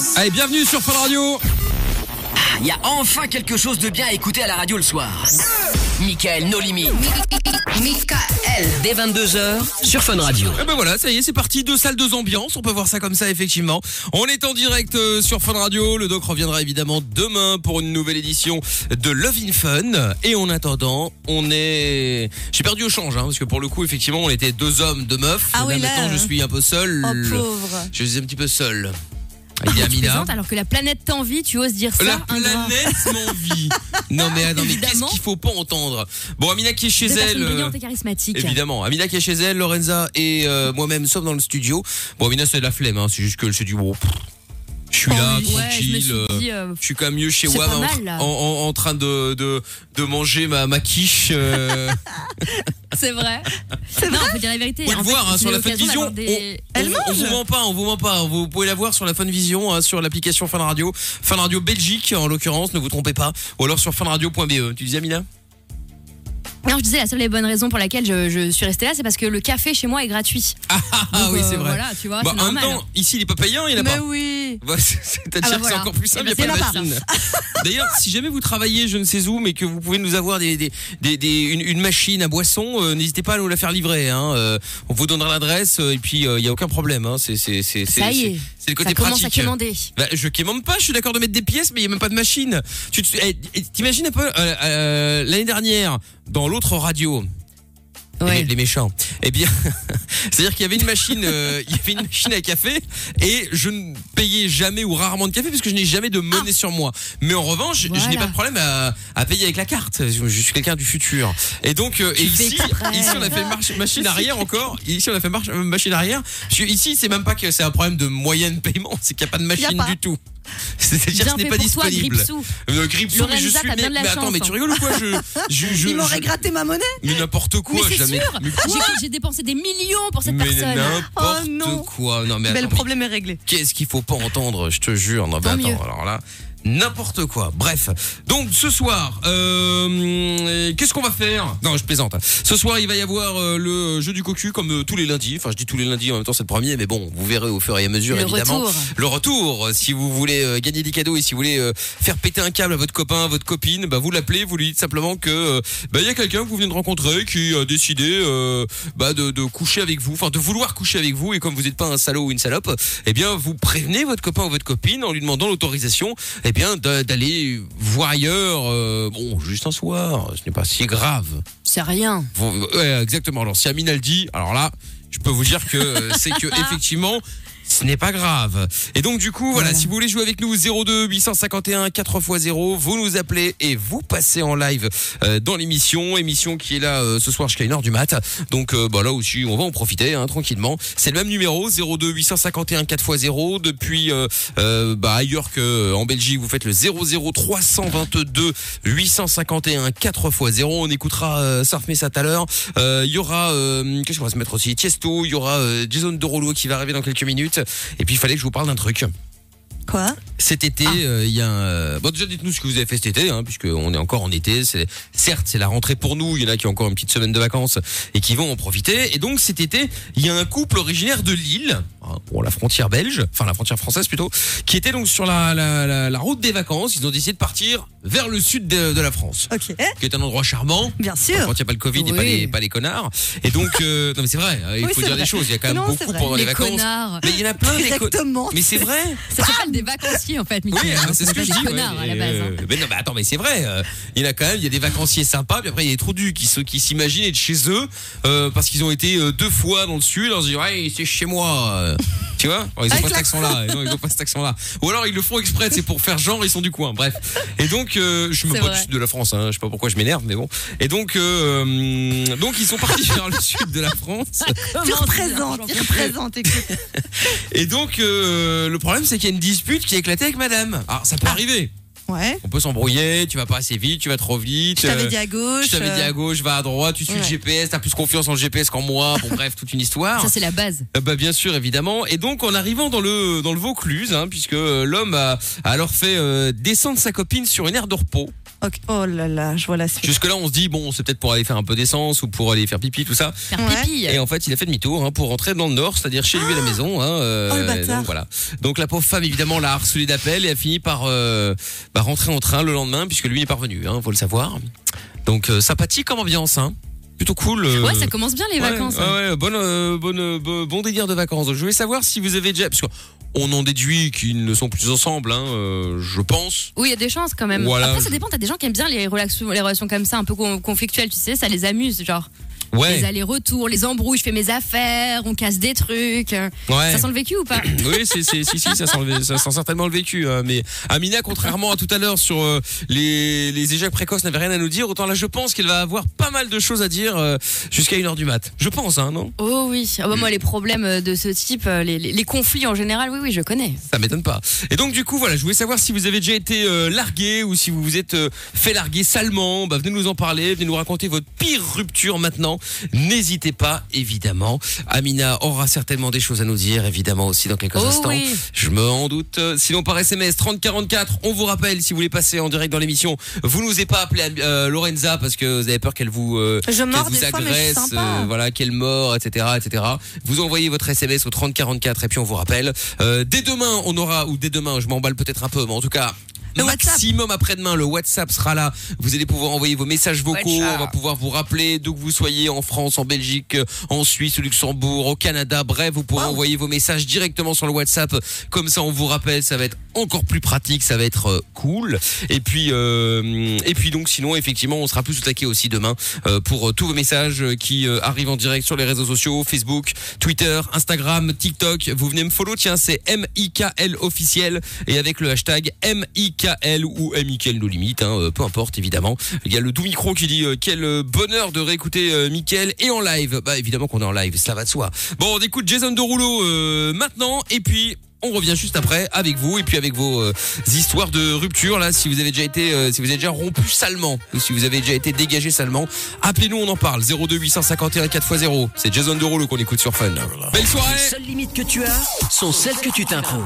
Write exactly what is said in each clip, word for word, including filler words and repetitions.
Allez, bienvenue sur Fun Radio. Il y a enfin quelque chose de bien à écouter à la radio le soir. Mickaël No Limit. Mickaël. Dès vingt-deux heures sur Fun Radio. Et ben voilà, ça y est, c'est parti. Deux salles, deux ambiances. On peut voir ça comme ça, effectivement. On est en direct euh, sur Fun Radio. Le doc reviendra évidemment demain pour une nouvelle édition de Love in Fun. Et en attendant, on est... J'ai perdu au change, hein, parce que pour le coup, effectivement, on était deux hommes, deux meufs. Ah là, oui, là, maintenant, je suis un peu seul. Oh, pauvre. Je suis un petit peu seul. Il y a Tu Amina. plaisantes alors que la planète t'envie, tu oses dire ça. La ingrat. planète m'envie. Non mais attends, mais qu'est-ce Évidemment. qu'il faut pas entendre. Bon, Amina qui est chez Deux elle. personnes euh, brillantes et charismatiques. Évidemment, Amina qui est chez elle, Lorenza et euh, moi-même sommes dans le studio. Bon, Amina c'est de la flemme, hein, c'est juste qu'elle s'est dit bon, pff, je suis là, Ouais, je me tranquille. suis euh, dit, euh, je suis quand même mieux chez c'est WAM pas en, mal, là. en, en, en train de, de, de manger ma, ma quiche. Euh, c'est vrai. C'est Non, vrai. faut dire la vérité. Vous pouvez En le fait, voir hein, c'est sur la Fun l'occasion Vision. d'avoir des- On, Elle on, mange. on vous ment pas, on vous ment pas. Vous pouvez la voir sur la Fun Vision, hein, sur l'application Fun Radio, Fun Radio Belgique en l'occurrence, ne vous trompez pas, ou alors sur funradio point b e. Tu disais Amina? Non, je disais, la seule et bonne raison pour laquelle je, je suis restée là, c'est parce que le café chez moi est gratuit. Ah, ah, ah, Donc, oui, euh, c'est vrai. Voilà, tu vois, Bah, c'est en même normal. temps, ici il est pas payant, il y en a Mais pas. oui. Bah, c'est- C'est-à-dire Ah bah que voilà. c'est encore plus simple, il Eh n'y a ben, pas c'est de là-bas. machine. D'ailleurs, si jamais vous travaillez je ne sais où, mais que vous pouvez nous avoir des, des, des, des- une, une machine à boisson, euh, n'hésitez pas à nous la faire livrer. Hein. Euh, on vous donnera l'adresse euh, et puis il n'y a aucun problème. Hein. C'est, c'est, c'est, c'est, Ça y c'est- est. c'est le côté Ça commence pratique. à quémander. Bah, je quémande pas, je suis d'accord de mettre des pièces, mais il n'y a même pas de machine. Tu te- eh, eh, t'imagines un peu, euh, euh, l'année dernière, dans l'autre radio, Ouais. les, les méchants. Eh bien, c'est-à-dire qu'il y avait une machine, euh, il y avait une machine à café et je ne payais jamais ou rarement de café parce que je n'ai jamais de monnaie sur moi. Mais en revanche, je Voilà. n'ai pas de problème à, à payer avec la carte. Je, je suis quelqu'un du futur. Et donc, euh, et Tu fais ici, exprès. ici on a fait marche, machine arrière encore. Ici on a fait marche, euh, machine arrière. Parce que ici c'est même pas que c'est un problème de moyen de paiement, c'est qu'il n'y a pas de Y a machine pas. du tout. C'est-à-dire Bien ce n'est fait pas pour toi, disponible. Gripsou. Euh, Gripsou, mais je Lorenza, suis. t'as bien Mais, de la mais attends, chance, mais tu hein. rigoles ou quoi je, je, je, Il m'aurait je- gratté ma monnaie. mais n'importe quoi, Mais c'est jamais. sûr. Mais quoi J'ai- J'ai dépensé des millions pour cette Mais personne. n'importe Oh non. quoi. Non mais Ben, attends, le mais problème est réglé. qu'est-ce qu'il faut pas entendre, je te jure. Non mais Tant attends, mieux. alors là, n'importe quoi. Bref. Donc ce soir, euh, qu'est-ce qu'on va faire? Non, je plaisante. Ce soir, il va y avoir euh, le jeu du cocu comme euh, tous les lundis. Enfin, je dis tous les lundis en même temps, c'est le premier, mais bon, vous verrez au fur et à mesure Le évidemment. retour. Le retour. Si vous voulez euh, gagner des cadeaux et si vous voulez euh, faire péter un câble à votre copain, à votre copine, bah vous l'appelez, vous lui dites simplement que euh, bah il y a quelqu'un que vous venez de rencontrer qui a décidé euh, bah de, de coucher avec vous, enfin de vouloir coucher avec vous et comme vous n'êtes pas un salaud ou une salope, eh bien vous prévenez votre copain ou votre copine en lui demandant l'autorisation, eh bien d'a- d'aller voir ailleurs. euh, bon, juste un soir, ce n'est pas si grave. C'est rien. Vous- ouais, exactement. Alors si Amina le dit, alors là, je peux vous dire que euh, c'est que effectivement. Ce n'est pas grave. Et donc du coup, voilà, Voilà. si vous voulez jouer avec nous, zéro deux huit cent cinquante et un quatre fois zéro, vous nous appelez et vous passez en live euh, dans l'émission, émission qui est là euh, ce soir jusqu'à une heure du mat. Donc euh, bah là aussi, on va en profiter hein, tranquillement. C'est le même numéro, zéro deux huit cent cinquante et un quatre fois zéro. Depuis euh, euh, bah ailleurs que en Belgique, vous faites le zéro zéro trois cent vingt-deux huit cent cinquante et un quatre fois zéro. On écoutera euh, Surf Mesa tout à l'heure. Euh, Il y aura euh, qu'est-ce qu'on va se mettre aussi, Tiesto, il y aura euh, Jason Derulo qui va arriver dans quelques minutes. Et puis il fallait que je vous parle d'un truc. Quoi? Cet été, euh, il y a un... euh, Bon, déjà, dites-nous ce que vous avez fait cet été, hein, puisqu'on est encore en été. C'est... Certes, c'est la rentrée pour nous. Il y en a qui ont encore une petite semaine de vacances et qui vont en profiter. Et donc, cet été, il y a un couple originaire de Lille, hein, bon, la frontière belge, enfin la frontière française plutôt, qui était donc sur la, la, la, la route des vacances. Ils ont décidé de partir vers le sud de, de la France, Ok. qui est un endroit charmant. Bien sûr. Quand il n'y a pas le Covid et Oui. pas les, pas les connards. Et donc, euh, non mais c'est vrai, hein, il Oui, faut c'est dire vrai. des choses. Il y a quand même Non, c'est beaucoup vrai. pendant les, Les vacances. connards. Mais il y en a plein des co- Directement. Mais c'est vrai. Ça s'appelle des vacanciers en fait, Oui, Mickaël. hein, c'est ce que je des dis. connards ouais, à la et, base. euh, hein. mais non, mais attends, mais c'est vrai. euh, Il y en a quand même, il y a des vacanciers sympas, puis après il y a des troudus qui se, qui s'imaginent être chez eux euh, parce qu'ils ont été euh, deux fois dans le sud. On se dit ouais, c'est chez moi. euh, tu vois Alors, ils ont Avec pas cet l'accent. accent-là. Non, ils ont pas cet accent-là. Ou alors ils le font exprès, c'est pour faire genre ils sont du coin. Bref. Et donc euh, je me C'est pas du vrai. sud de la France. Hein, je sais pas pourquoi je m'énerve, mais bon. Et donc euh, donc ils sont partis vers le sud de la France. Tu représentes, tu représentes, écoute. Et donc euh, le problème c'est qu'il y a une dispute qui a éclaté avec Madame. Alors ça peut Ah. arriver. Ouais. On peut s'embrouiller, tu vas pas assez vite, tu vas trop vite. Je t'avais euh, dit à gauche. Je t'avais dit à gauche, va à droite, tu suis le Ouais. G P S, t'as plus confiance en le G P S qu'en moi. Bon bref, toute une histoire. Ça c'est la base. Euh, bah bien sûr évidemment. Et donc en arrivant dans le dans le Vaucluse, hein, puisque euh, l'homme a, a alors fait euh, descendre sa copine sur une aire de repos. Ok. Oh là là, je vois la suite. Jusque là, on se dit bon, c'est peut-être pour aller faire un peu d'essence ou pour aller faire pipi, tout ça. Faire Ouais. pipi. Et en fait, il a fait demi-tour hein, pour rentrer dans le nord, c'est-à-dire chez lui à la maison. Hein, euh, Oh, le bâtard. donc voilà. Donc la pauvre femme évidemment l'a harcelé d'appels et a fini par euh, bah, rentrer en train le lendemain puisque lui n'est pas revenu. Hein, faut le savoir. Donc euh, sympathique comme ambiance. Hein. Plutôt cool. euh, Ouais, ça commence bien les ouais, vacances. Ouais, hein. ouais, bonne, euh, bonne, euh, bon bon délire de vacances. Je voulais savoir si vous avez déjà, parce qu'on en déduit qu'ils ne sont plus ensemble, hein, euh, je pense. Oui, il y a des chances quand même. Voilà, Après, ça je- dépend. T'as des gens qui aiment bien les relations, les relations comme ça, un peu con- conflictuelles, tu sais, ça les amuse, genre. Les Ouais. allers-retours, les embrouilles, je fais mes affaires, on casse des trucs. Ouais. Ça sent le vécu ou pas? Oui, c'est, c'est, si, si, ça sent, le- ça sent certainement le vécu. hein. Mais Amina, contrairement à tout à l'heure sur euh, les, les échecs précoces, n'avait rien à nous dire. Autant là, je pense qu'elle va avoir pas mal de choses à dire euh, jusqu'à une heure du mat. Je pense, hein, non? Oh oui. Ah bah, moi, les problèmes de ce type, euh, les, les, les conflits en général, oui, oui, je connais. Ça m'étonne pas. Et donc du coup, voilà, je voulais savoir si vous avez déjà été euh, largué ou si vous vous êtes euh, fait larguer salement. Bah, venez nous en parler, venez nous raconter votre pire rupture maintenant. N'hésitez pas, évidemment. Amina aura certainement des choses à nous dire, évidemment aussi dans quelques Oh instants. oui. Je me en doute. Sinon par S M S trente quarante-quatre, on vous rappelle si vous voulez passer en direct dans l'émission, vous nous avez pas appelé euh, Lorenza parce que vous avez peur qu'elle vous euh, Je qu'elle mords vous des fois, mais je suis agresse, sympa. euh, voilà, qu'elle mord, et cetera, et cetera. Vous envoyez votre S M S au trente quarante-quatre et puis on vous rappelle. Euh, dès demain, on aura ou dès demain, je m'emballe peut-être un peu, mais en tout cas. Le WhatsApp. Maximum après-demain, le WhatsApp sera là. Vous allez pouvoir envoyer vos messages vocaux. WhatsApp. On va pouvoir vous rappeler d'où que vous soyez, en France, en Belgique, en Suisse, au Luxembourg, au Canada. Bref, vous pourrez Wow. envoyer vos messages directement sur le WhatsApp. Comme ça, on vous rappelle. Ça va être encore plus pratique. Ça va être euh, cool. Et puis, euh, et puis donc, sinon, effectivement, on sera plus au taquet aussi demain euh, pour euh, tous vos messages euh, qui euh, arrivent en direct sur les réseaux sociaux, Facebook, Twitter, Instagram, TikTok. Vous venez me follow. Tiens, c'est M I K L officiel et avec le hashtag M I K L ou M I K L nos limites, hein, euh, peu importe évidemment. Il y a le doux micro qui dit euh, quel euh, bonheur de réécouter euh, Mickaël et en live. Bah évidemment qu'on est en live, ça va de soi. Bon, on écoute Jason Derulo euh, maintenant et puis on revient juste après avec vous et puis avec vos euh, histoires de rupture là. Si vous avez déjà été, euh, si vous avez déjà rompu salement ou si vous avez déjà été dégagé salement, appelez-nous, on en parle. zéro deux huit cent cinquante et un quatre fois zéro. C'est Jason Derulo qu'on écoute sur Fun. Belle soirée. Les seules limites que tu as sont celles que tu t'imposes.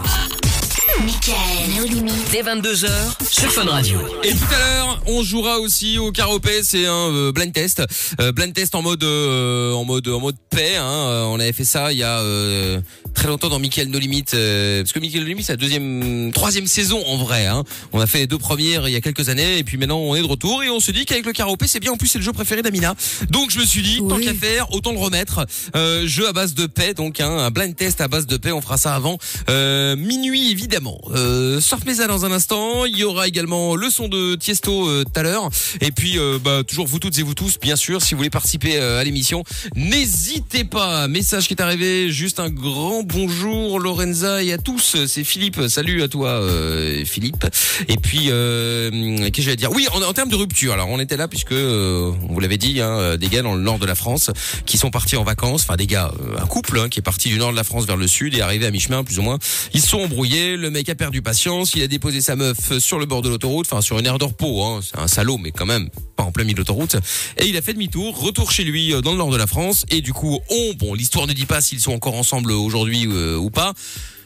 Mickaël, nos limites. Dès vingt-deux heures sur Fun Radio. Et tout à l'heure, on jouera aussi au karaopé, c'est un euh, blind test, euh, blind test en mode euh, en mode en mode paix. Hein. Euh, on avait fait ça il y a euh, très longtemps dans Mickaël No Limites, euh, parce que Mickaël No Limites c'est la deuxième, troisième saison en vrai. Hein. On a fait les deux premières il y a quelques années et puis maintenant on est de retour et on se dit qu'avec le karaopé c'est bien. En plus c'est le jeu préféré d'Amina, donc je me suis dit tant Oui. qu'à faire autant le remettre. Euh, jeu à base de paix, donc hein, un blind test à base de paix. On fera ça avant euh, minuit évidemment. Euh, Surf Mesa dans un instant. Il y aura également le son de Tiesto euh, tout à l'heure. Et puis, euh, bah, toujours vous toutes et vous tous, bien sûr, si vous voulez participer euh, à l'émission, n'hésitez pas. Message qui est arrivé, juste un grand bonjour Lorenza et à tous. C'est Philippe. Salut à toi, euh, Philippe. Et puis, euh, qu'est-ce que j'allais dire? Oui, en, en termes de rupture. Alors, on était là puisque euh, on vous l'avait dit, hein, des gars dans le nord de la France qui sont partis en vacances. Enfin, des gars, euh, un couple hein, qui est parti du nord de la France vers le sud et arrivé à mi-chemin, plus ou moins. Ils se sont embrouillés. Le mec a perdu patience. Il a déposé sa meuf sur le bord de l'autoroute, enfin sur une aire de repos. Hein. C'est un salaud, mais quand même pas en plein milieu de l'autoroute. Et il a fait demi-tour, retour chez lui euh, dans le nord de la France. Et du coup, on, bon, l'histoire ne dit pas s'ils sont encore ensemble aujourd'hui euh, ou pas.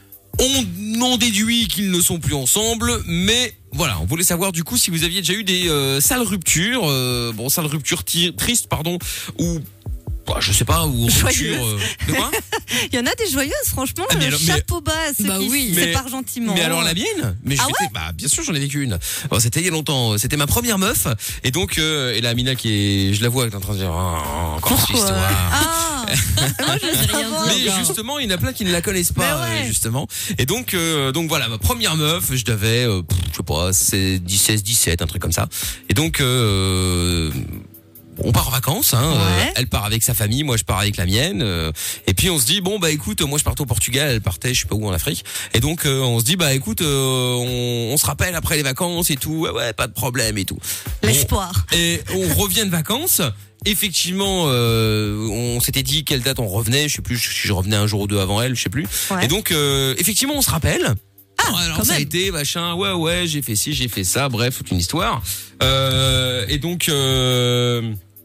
On en déduit qu'ils ne sont plus ensemble, mais voilà, on voulait savoir du coup si vous aviez déjà eu des euh, sales ruptures, euh, bon, sales ruptures ti- tristes, pardon, ou bah, je sais pas, ou rupture. Joyeuses. Euh, de quoi? Il y en a des joyeuses, franchement. Ah, mais euh, alors- mais- chapeau bas à ceux Bah qui oui. se Mais- séparent gentiment. Mais alors la mienne, mais je Ah fêtais- bah bien sûr j'en ai vécu une. Bon, c'était il y a longtemps, c'était ma première meuf et donc euh, et la Amina qui est, je la vois, elle est en train de dire oh, encore cette Pourquoi histoire. Ah moi je veux rien savoir. dit. Mais justement, il y en a plein qui ne la connaissent pas, Mais ouais. euh, justement. Et donc, euh, donc voilà, ma première meuf, je devais, euh, pff, je sais pas, c'est seize, dix-sept, un truc comme ça. Et donc, euh, on part en vacances, hein. Ouais. euh, elle part avec sa famille, moi je pars avec la mienne. euh, et puis on se dit bon bah écoute, moi je partais au Portugal, elle partait je sais pas où en Afrique. Et donc euh, on se dit bah écoute, euh, on, on se rappelle après les vacances et tout. Ouais ouais, pas de problème et tout. Bon. L'espoir. Et on revient de vacances. Effectivement, euh, on s'était dit quelle date on revenait. Je sais plus si je revenais un jour ou deux avant elle, je sais plus. Ouais. Et donc, euh, effectivement, on se rappelle. Ah, alors quand ça a même. été machin. Ouais, ouais, j'ai fait ci, j'ai fait ça. Bref, toute une histoire. Euh, et donc. Euh,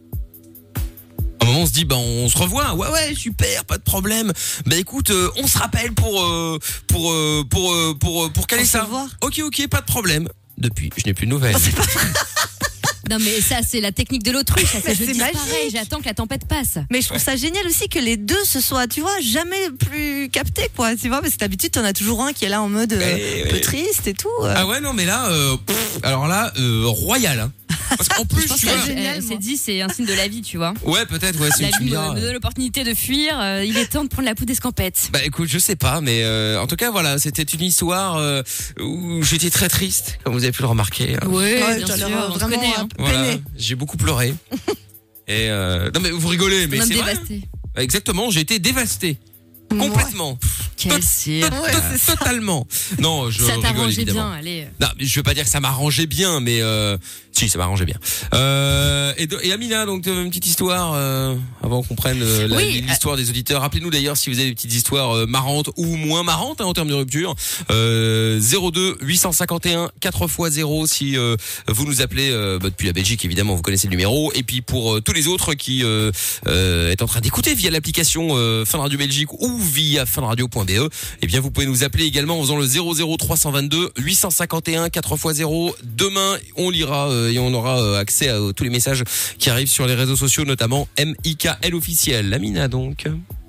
à un moment, on se dit, bah, on se revoit. Ouais, ouais, super, pas de problème. Bah, écoute, euh, on se rappelle pour, euh, pour, euh, pour, euh, pour, euh, pour caler Pour se ça. voir. Ok, ok, pas de problème. Depuis, je n'ai plus de nouvelles. Non mais ça c'est la technique de l'autruche, ça, c'est je C'est disparais, magique. j'attends que la tempête passe. Mais je trouve ça génial aussi que les deux se soient, tu vois, jamais plus captés, quoi. Tu vois, parce que d'habitude, t'en as toujours un qui est là en mode euh, Ouais, un peu ouais. triste et tout. euh. Ah ouais, non, mais là, euh, pff, alors là, euh, royal. Hein. Parce qu'en plus, Je pense tu qu'elle vois. génial, elle moi. s'est dit c'est un signe de la vie, tu vois. Ouais, peut-être, ouais, c'est La une vie me, lumière. me donne l'opportunité de fuir, euh, il est temps de prendre la poudre d'escampette. Bah écoute, je sais pas, mais euh, en tout cas, voilà, c'était une histoire euh, où j'étais très triste, comme vous avez pu le remarquer. Hein. Oui, Ouais, bien t'as sûr, l'air on se vraiment connaît. Hein. Voilà, peiné. j'ai beaucoup pleuré. Et euh, non mais vous rigolez, mais On a c'est vrai. dévasté. Exactement, j'ai été dévasté. Complètement. Quel cire. Tot- tot- Totalement. Non, je Ça rigole t'arrangeait évidemment. bien, allez. Non, mais je veux pas dire que ça m'arrangeait bien, mais euh, si, ça m'arrangeait bien. Euh, et, de- et Amina, donc euh, une petite histoire euh, avant qu'on prenne euh, la- Oui, l'histoire des auditeurs. Rappelez-nous d'ailleurs si vous avez des petites histoires euh, marrantes ou moins marrantes hein, en termes de rupture. Euh, zéro deux huit cent cinquante et un quatre fois zéro si euh, vous nous appelez euh, bah, depuis la Belgique évidemment, vous connaissez le numéro. Et puis pour euh, tous les autres qui euh, euh, est en train d'écouter via l'application euh, Fun Radio Belgique ou via funradio point be, eh bien vous pouvez nous appeler également en faisant le zéro zéro trois cent vingt-deux huit cent cinquante et un quatre fois zéro. Demain, on lira euh, et on aura euh, accès à euh, tous les messages qui arrivent sur les réseaux sociaux, notamment M I K L officiel. Lamina donc.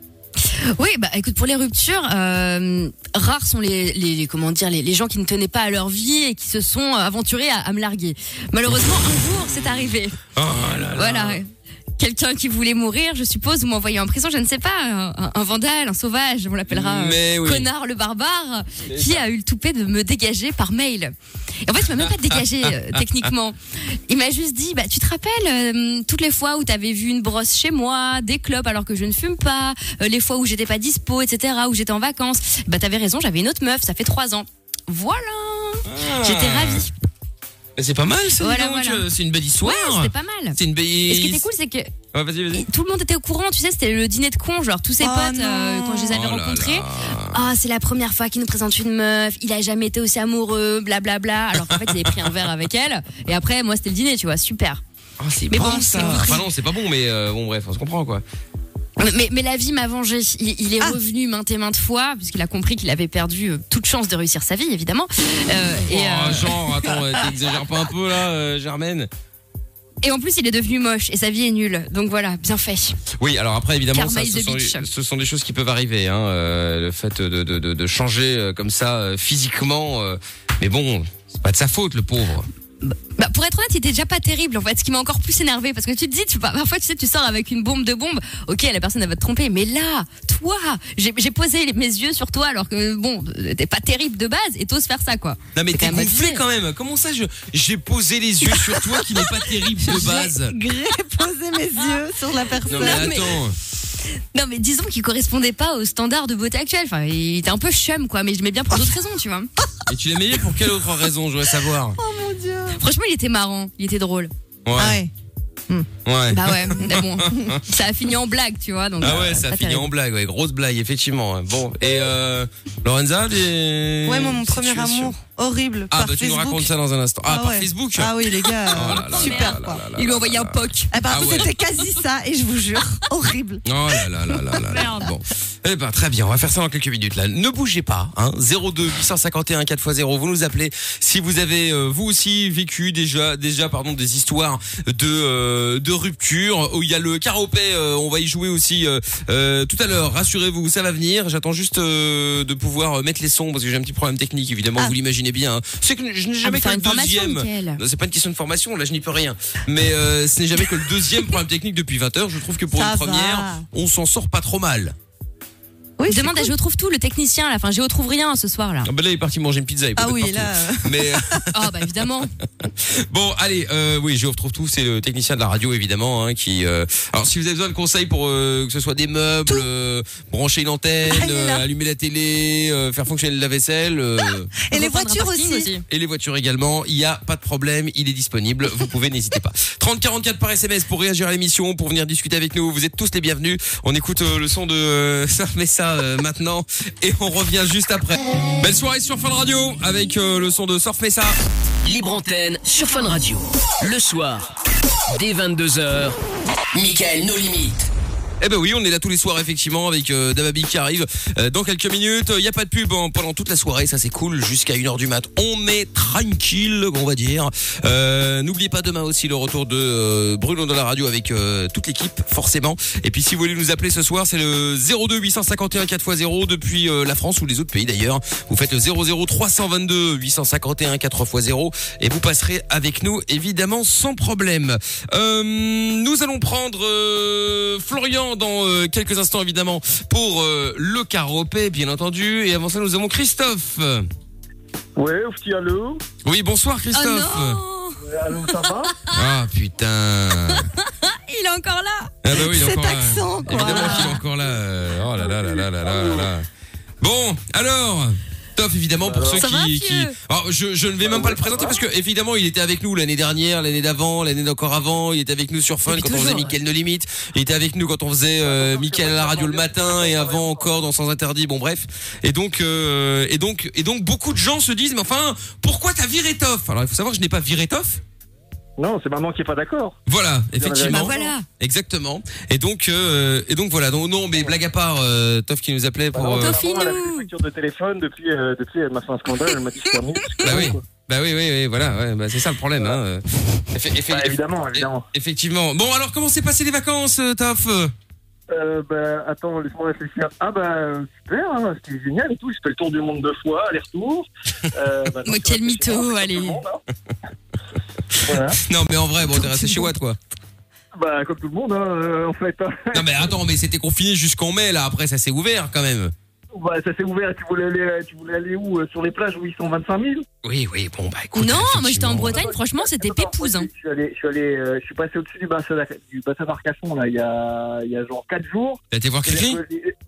Oui, bah écoute, pour les ruptures, euh, rares sont les, les, les- comment dire les, les gens qui ne tenaient pas à leur vie et qui se sont aventurés à, à me larguer. Malheureusement, un jour, c'est arrivé. Oh là là. Voilà. Quelqu'un qui voulait mourir, je suppose, ou m'envoyer en prison, je ne sais pas, un, un vandale, un sauvage, on l'appellera euh, Mais oui. connard le barbare, qui a eu le toupet de me dégager par mail. Et en fait, il m'a même pas dégagé euh, techniquement. Il m'a juste dit, bah tu te rappelles euh, toutes les fois où t'avais vu une brosse chez moi, des clopes alors que je ne fume pas, euh, les fois où j'étais pas dispo, et cetera, où j'étais en vacances. Bah t'avais raison, j'avais une autre meuf, ça fait trois ans. Voilà. Ah. J'étais ravie. Mais c'est pas mal ça, dis Voilà, donc. voilà. C'est une belle histoire. Ouais, c'était pas mal. C'est une belle. Et ce qui était cool, c'est que Ouais, vas-y, vas-y. tout le monde était au courant, tu sais, c'était le dîner de con, genre tous ses Oh potes, non. euh, quand je les avais Oh là rencontrés. là. Ah, c'est la première fois qu'il nous présente une meuf, il a jamais été aussi amoureux, blablabla. Alors qu'en fait, il avait pris un verre avec elle. Et après, moi, c'était le dîner, tu vois, super. Oh, c'est Mais bon, bon, ça. c'est horrible. Enfin non, c'est pas bon, mais euh, bon bref, on se comprend quoi. Mais, mais la vie m'a vengé. Il, il est Ah. revenu maintes et maintes fois, puisqu'il a compris qu'il avait perdu euh, toute chance de réussir sa vie, évidemment. Euh, et, oh, euh, genre, attends, euh, t'exagères pas un peu là, euh, Germaine. et en plus, il est devenu moche et sa vie est nulle. Donc voilà, bien fait. Oui, alors après évidemment, Karma ça, is ce, a sont, bitch. ce sont des choses qui peuvent arriver. Hein, euh, le fait de, de, de, de changer euh, comme ça euh, physiquement, euh, mais bon, c'est pas de sa faute, le pauvre. Bah, pour être honnête, il était déjà pas terrible en fait, ce qui m'a encore plus énervé parce que tu te dis, tu, parfois tu sais, tu sors avec une bombe de bombe, ok, la personne elle va te tromper, mais là, toi, j'ai j'ai posé mes yeux sur toi alors que bon, t'es pas terrible de base et t'oses faire ça quoi. Non mais C'est t'es quand même gonflé abusé. quand même. Comment ça, je j'ai posé les yeux sur toi qui n'est pas terrible de base. J'ai posé mes yeux sur la personne. Non mais mais- attends. Non mais disons qu'il correspondait pas aux standards de beauté actuels, enfin il était un peu chum quoi, mais je mets bien pour d'autres raisons, tu vois. Et tu l'as meillé pour quelle autre raison, je voudrais savoir. Oh mon dieu. Franchement, il était marrant, il était drôle. Ah Ouais. ouais. Ouais. Bah ouais, mais bon, ça a fini en blague, tu vois. Donc, Ah euh, ouais, c'est ça a pas fini terrible. en blague, ouais, grosse blague, effectivement. Bon, et euh, Lorenza, des... Ouais, moi, mon premier situations amour, horrible. Ah par bah tu nous Facebook. racontes ça dans un instant. Ah, par ouais. Facebook. Ah oui, les gars, Oh là là super là quoi. là là Il lui là a envoyé là un là. poc. Ah bah, Ah ouais. c'était quasi ça, et je vous jure, horrible. Oh là là là là là là. Merde. Bon. Eh ben très bien, on va faire ça dans quelques minutes là. Ne bougez pas, hein. zéro deux huit cent cinquante et un quatre fois zéro, vous nous appelez si vous avez euh, vous aussi vécu déjà déjà pardon des histoires de euh, de rupture. Oh, il y a le karaopé, euh, on va y jouer aussi euh, euh, tout à l'heure. Rassurez-vous, ça va venir. J'attends juste euh, de pouvoir mettre les sons parce que j'ai un petit problème technique évidemment, Ah. vous l'imaginez bien. Hein. C'est que je n'ai Ah, jamais mais que faire le une formation, deuxième. Mickaël. Non, c'est pas une question de formation, là je n'y peux rien. Mais euh, ce n'est jamais que le deuxième problème technique depuis vingt heures. Je trouve que pour Ça une va. première, on s'en sort pas trop mal. Oui, c'est Demande à cool. Géo trouve tout, le technicien là. Enfin, Géo trouve rien ce soir là. Ah bah là il est parti manger une pizza. Il peut Ah être oui, partout. là. euh, Mais euh, Ah bah évidemment. bon, allez, euh, oui, je retrouve tout. C'est le technicien de la radio, évidemment, hein, qui. Euh, alors, si vous avez besoin de conseils pour euh, que ce soit des meubles, euh, brancher une antenne, Ah, il est là. euh, allumer la télé, euh, faire fonctionner le lave-vaisselle, euh, Et les Reprendre un voitures parking aussi. et les voitures également, il y a pas de problème, il est disponible. Vous pouvez, n'hésitez pas. trente quarante-quatre par S M S pour réagir à l'émission, pour venir discuter avec nous. Vous êtes tous les bienvenus. On écoute euh, le son de euh, ça, mais ça euh, maintenant, et on revient juste après. Belle soirée sur Fun Radio avec euh, le son de Surf Mesa. Libre antenne sur Fun Radio. Le soir, dès vingt-deux heures, Mickaël No Limites. Eh ben oui, on est là tous les soirs effectivement avec euh, Dababi qui arrive euh, dans quelques minutes. Il y a pas de pub hein, pendant toute la soirée, ça c'est cool, jusqu'à une heure du mat. On est tranquille, on va dire. Euh, n'oubliez pas demain aussi le retour de euh, Bruno dans la radio avec euh, toute l'équipe forcément. Et puis si vous voulez nous appeler ce soir, c'est le zéro deux huit cent cinquante et un quatre fois zéro depuis euh, la France ou les autres pays d'ailleurs. Vous faites le zéro zéro trois cent vingt-deux huit cent cinquante et un quatre fois zéro et vous passerez avec nous évidemment sans problème. Euh, nous allons prendre euh, Florian dans euh, quelques instants évidemment pour euh, le karaopé bien entendu, et avant ça nous avons Christophe. Ouais, oufti, allô. Oui, bonsoir Christophe. Oh non. Ouais, allô, ça va? Ah putain. Il est encore là. Ah bah oui, il est Cet encore accent, là. quoi. Évidemment qu'il est encore là. euh, Oh là là là là là là là. Bon, alors Toff évidemment pour ceux Ça va, qui, Fieu qui... Alors, je, je ne vais même pas le présenter parce que évidemment il était avec nous l'année dernière, l'année d'avant, l'année d'encore avant. Il était avec nous sur Fun Depuis quand on faisait toujours, Mickaël No Limite. Il était avec nous quand on faisait euh, Mickaël à la radio le matin et avant encore dans Sans Interdit. Bon bref. Et donc euh, et donc et donc beaucoup de gens se disent mais enfin pourquoi t'as viré Toff? Alors il faut savoir que je n'ai pas viré Toff. Non, c'est maman qui est pas d'accord. Voilà, effectivement. Bah voilà. Exactement. Et donc, euh, et donc voilà. Donc non, mais blague à part, euh, Toff qui nous appelait pour. Alors, euh, Toff. maman, elle a fait une facture de téléphone depuis, euh, depuis elle m'a fait un scandale, elle m'a dit que c'est terminé. Bah oui. Bah oui, oui, oui, voilà. Ouais, bah c'est ça le problème. Hein. euh. Effe- effe- Bah, évidemment, évidemment. Effectivement. Bon, alors comment s'est passé les vacances, euh, Toff? Euh, bah, attends, laisse-moi réfléchir. Ah, bah, super, hein, c'était génial et tout. J'ai fait le tour du monde deux fois, aller-retour. Euh, bah, non, Mais je suis quel resté chez mytho, moi, comme allez. tout le monde, hein. Voilà. Non, mais en vrai, bon, t'es resté chez Watt, quoi. Bah, comme tout le monde, hein, euh, en fait. Hein. Non, mais attends, mais c'était confiné jusqu'en mai, là. Après, ça s'est ouvert quand même. Bah, ça s'est ouvert. Tu voulais aller, tu voulais aller où? euh, Sur les plages où ils sont vingt-cinq mille? Oui, oui. Bon, bah écoute. Non, moi j'étais en effectivement. Bretagne, franchement c'était Attends, pépouze. Hein. Je suis allé, je suis allé, euh, je suis passé au-dessus du bassin, d'Ar- du bassin d'Arcachon, là, il y a, il y a genre quatre jours. T'as été voir Cricri?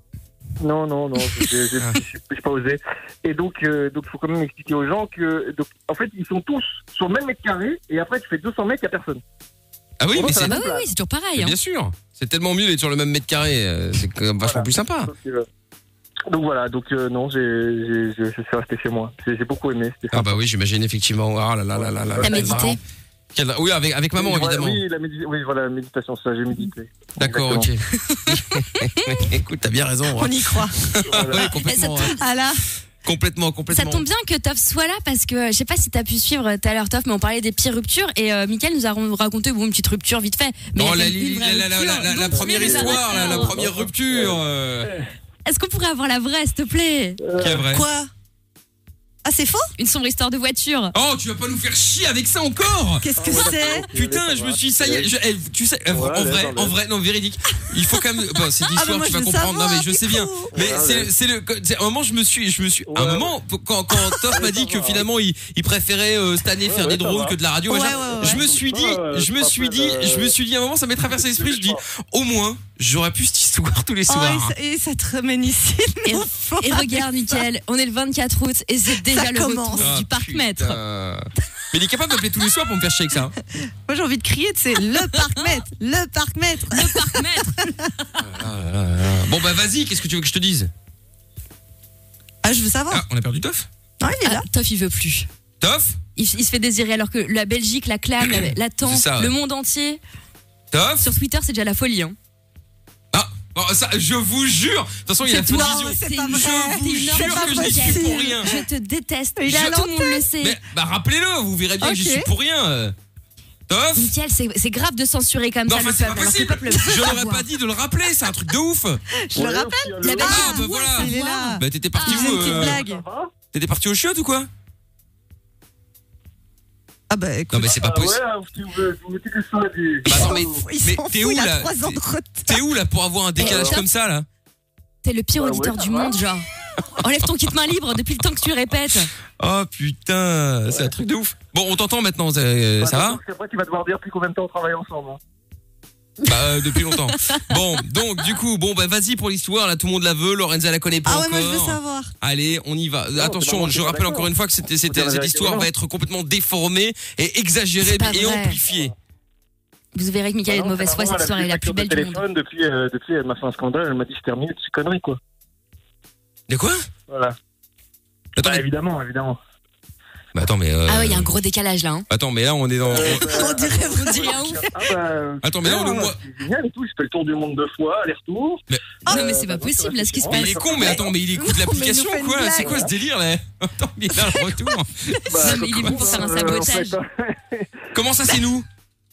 Non, non, non, j'ai j'ai- j'ai- j'ai pas osé. Et donc, euh, donc, faut quand même expliquer aux gens que, donc, en fait, ils sont tous sur le même mètre carré, et après, tu fais deux cents mètres, il y a personne. Ah oui, mais ça c'est Bah oui, oui, c'est toujours pareil. mais Hein. bien sûr. C'est tellement mieux d'être sur le même mètre carré. euh, C'est quand même vachement Voilà. plus sympa. Donc, euh, donc voilà, donc euh, non, j'ai, j'ai, j'ai- je suis resté chez moi. J'ai j'ai beaucoup aimé. C'était Ah sympa. bah oui, j'imagine effectivement. Ah là là là là là. T'as là. médité? Quel- Oui, avec avec maman Oui, évidemment. Oui, la médi- oui, voilà, la méditation, ça, j'ai médité. D'accord, Exactement. ok. Écoute, t'as bien raison. On hein. y croit. Voilà. Ouais, complètement. Ça hein. Ah là. Complètement, Ça complètement. tombe bien que Toff soit là parce que je sais pas si t'as pu suivre tout à l'heure Toff, mais on parlait des pires ruptures et euh, Mickaël nous a ron- raconté bon, une petite rupture vite fait. Mais Oh, il a la, fait li- une vraie la, la, la, rupture. la, la Donc, première mais les histoire, la, la arrêtons. première rupture. Euh... Est-ce qu'on pourrait avoir la vraie, s'il te plaît? Qui est vrai. Quoi? Ah, c'est faux? Une sombre histoire de voiture. Oh, tu vas pas nous faire chier avec ça encore? Qu'est-ce que Ah, ouais, c'est? d'accord. Putain, je me suis, ça y est, je- eh, tu sais, eh, Ouais, en vrai, laisse, en vrai, non, véridique. Il faut quand même, bon, c'est Ah, l'histoire, mais moi, tu je vas veux comprendre. Non, mais savoir, je sais du bien. coup. Mais Ouais, c'est, ouais. c'est le, c'est, à un moment, je me suis, je me suis, à un Ouais. moment, quand, quand Toff m'a dit que finalement, il, il préférait, euh, cette année Ouais, faire ouais, des ça drôles va. que de la radio, Ouais, machin, ouais, ouais. je me suis dit, Ouais, je me pas suis plein dit, de- je me suis dit, à un moment, ça m'est traversé l'esprit, je dis, au moins, j'aurais pu cette histoire tous les Oh, soirs. et, ça, et ça te réminicide. Et, et regarde, Mickaël, on est le vingt-quatre août et c'est déjà Ça le commence. retour Ah, du parc-mètre. putain. Mais il est capable d'appeler tous les soirs pour me faire chier avec ça. hein. Moi, j'ai envie de crier, c'est le parc-mètre, le parc-mètre. Le parc-mètre. Ah là là là. Bon bah vas-y, qu'est-ce que tu veux que je te dise? Ah, je veux savoir. Ah, on a perdu Toff? Non, il est là. Ah, Toff, il veut plus. Toff? Il, il se fait désirer alors que la Belgique l'acclame, la- l'attend, C'est ça, ouais. le monde entier. Toff? Sur Twitter, c'est déjà la folie. Hein. Ah, bon, ça, je vous jure. De toute façon, il a fait toi, vision. c'est pas vrai. Je vous C'est jure énorme. que je n'y suis possible. pour rien. Je te déteste. Il est à Je- tout le monde le sait. Mais bah rappelez-le, vous verrez bien que j'y Ok. suis pour rien. euh. Toff? Mickaël, c'est c'est grave de censurer comme Non, ça enfin, le c'est pas peuple. alors que le possible. peuple veut Je pas n'aurais savoir. pas dit de le rappeler, c'est un truc de ouf. Je le rappelle. La Ah, Belgique bah doit voilà. Il est savoir. là. Bah t'étais parti Ah, où une petite euh, blague. Ça va? T'étais parti au chiottes ou quoi? Ah, bah écoute. Non mais c'est pas Ah ouais, possible. hein, tu veux, vous mettez que ça, des... Bah attends mais, Il mais s'en t'es fout, où il a là? trois ans de retard. T'es où là pour avoir un décalage Euh, comme ça là? T'es le pire Bah auditeur ouais, ça du va. monde, genre. Enlève ton kit main libre depuis le temps que tu répètes. Oh putain, c'est un truc de ouf. Bon, on t'entend maintenant, ça, euh, ça va? Parce qu'après, tu vas devoir dire depuis combien de temps on travaille ensemble. Hein. Bah euh, depuis longtemps. Bon, donc du coup, bon bah vas-y pour l'histoire, là tout le monde la veut, Lorenza la connaît pas Ah ouais, encore. moi, je veux savoir. Allez, on y va. c'est Attention, pas moi je qui rappelle suis encore d'accord. une fois que c'était, Faut dire c'était, la cette vérité histoire aux gens. va être complètement déformée et exagérée C'est pas et vrai. amplifiée. Vous verrez que Mickaël est de Ah non, mauvaise c'est foi, maman, cette histoire elle est a la pris plus une belle facture du de monde. téléphone depuis, euh, depuis, elle m'a fait un scandale, elle m'a dit c'est terminé, c'est connerie quoi. De quoi? Voilà. Attends, Bah, mais- évidemment, évidemment. Bah attends, mais. Euh... Ah ouais, il y a un gros décalage là. Hein. Attends, mais là, on est dans. On dirait, on dirait un ouf. Ah bah, Attends, mais là, on est au mois. C'est génial et tout. Je fais le tour du monde deux fois, aller-retour. Mais... Oh, non, mais c'est pas possible là ce qui se passe. Mais il est con, mais attends, mais il écoute Non, l'application mais il nous quoi? fait une C'est quoi ce blague. délire là? Attends, mais il a le retour. Bah, Non, mais il est bon pour faire un sabotage. Euh, en fait, Comment ça, c'est nous?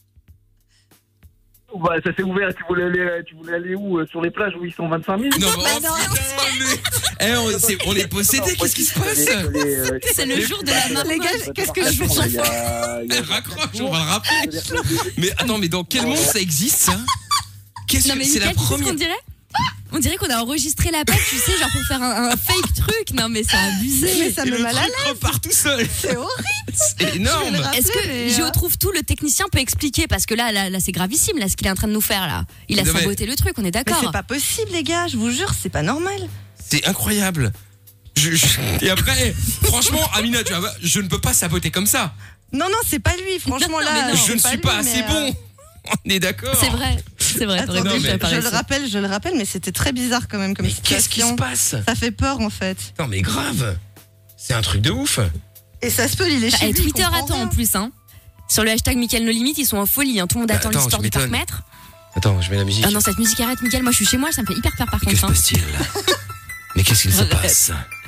bah, ça s'est ouvert. Tu voulais aller, tu voulais aller où euh, sur les plages où ils sont vingt-cinq mille? Non, Bah oh, non. putain, mais- Eh, on, c'est- on est possédés, qu'est-ce qui se passe? C'est le jour de la marmotte. Les gars, qu'est-ce que je vous Il y a- il y a- Raccroche, on va le rappeler. Mais attends, mais dans quel monde ça existe ça? Qu'est-ce Non que mais c'est la Mickaël, tu sais ce première? qu'on dirait On dirait qu'on a enregistré l'appel, tu sais, genre pour faire un, un fake truc. Non mais c'est abusé. Mais ça Et me le mal à truc repart tout seul. C'est horrible. C'est énorme. Est-ce que mais, Géo euh, trouve tout, le technicien peut expliquer parce que là, là, là c'est gravissime là ce qu'il est en train de nous faire là. Il a Non, mais- saboté le truc, on est Mais d'accord. c'est pas possible, les gars, je vous jure, c'est pas normal. C'est incroyable. Je- je- Et après, franchement, Amina, tu vois, je ne peux pas saboter comme ça. Non, non, c'est pas lui, franchement, Non, là. mais non. Je ne c'est suis lui, pas assez mais, euh, bon. On est d'accord. C'est vrai, c'est vrai. t'aurais Attendez, pu je, préparer je le ça. rappelle, je le rappelle, mais c'était très bizarre quand même comme Mais qu'est-ce qui se situation. passe? Ça fait peur en fait. Non, mais grave. C'est un truc de ouf. Et ça se peut, il est Bah, chez et lui. il Twitter comprend attend rien. en plus hein. Sur le hashtag Mickaël No Limite, ils sont en folie. Hein. Tout le monde Bah, attend attends, l'histoire je du m'étonne. parc-mètre. Attends, je mets la musique. Ah non, cette musique arrête, Mickaël. Moi, je suis chez moi, ça me fait hyper peur par Que se contre. Hein. passe-t-il? Mais qu'est-ce qu'il se passe?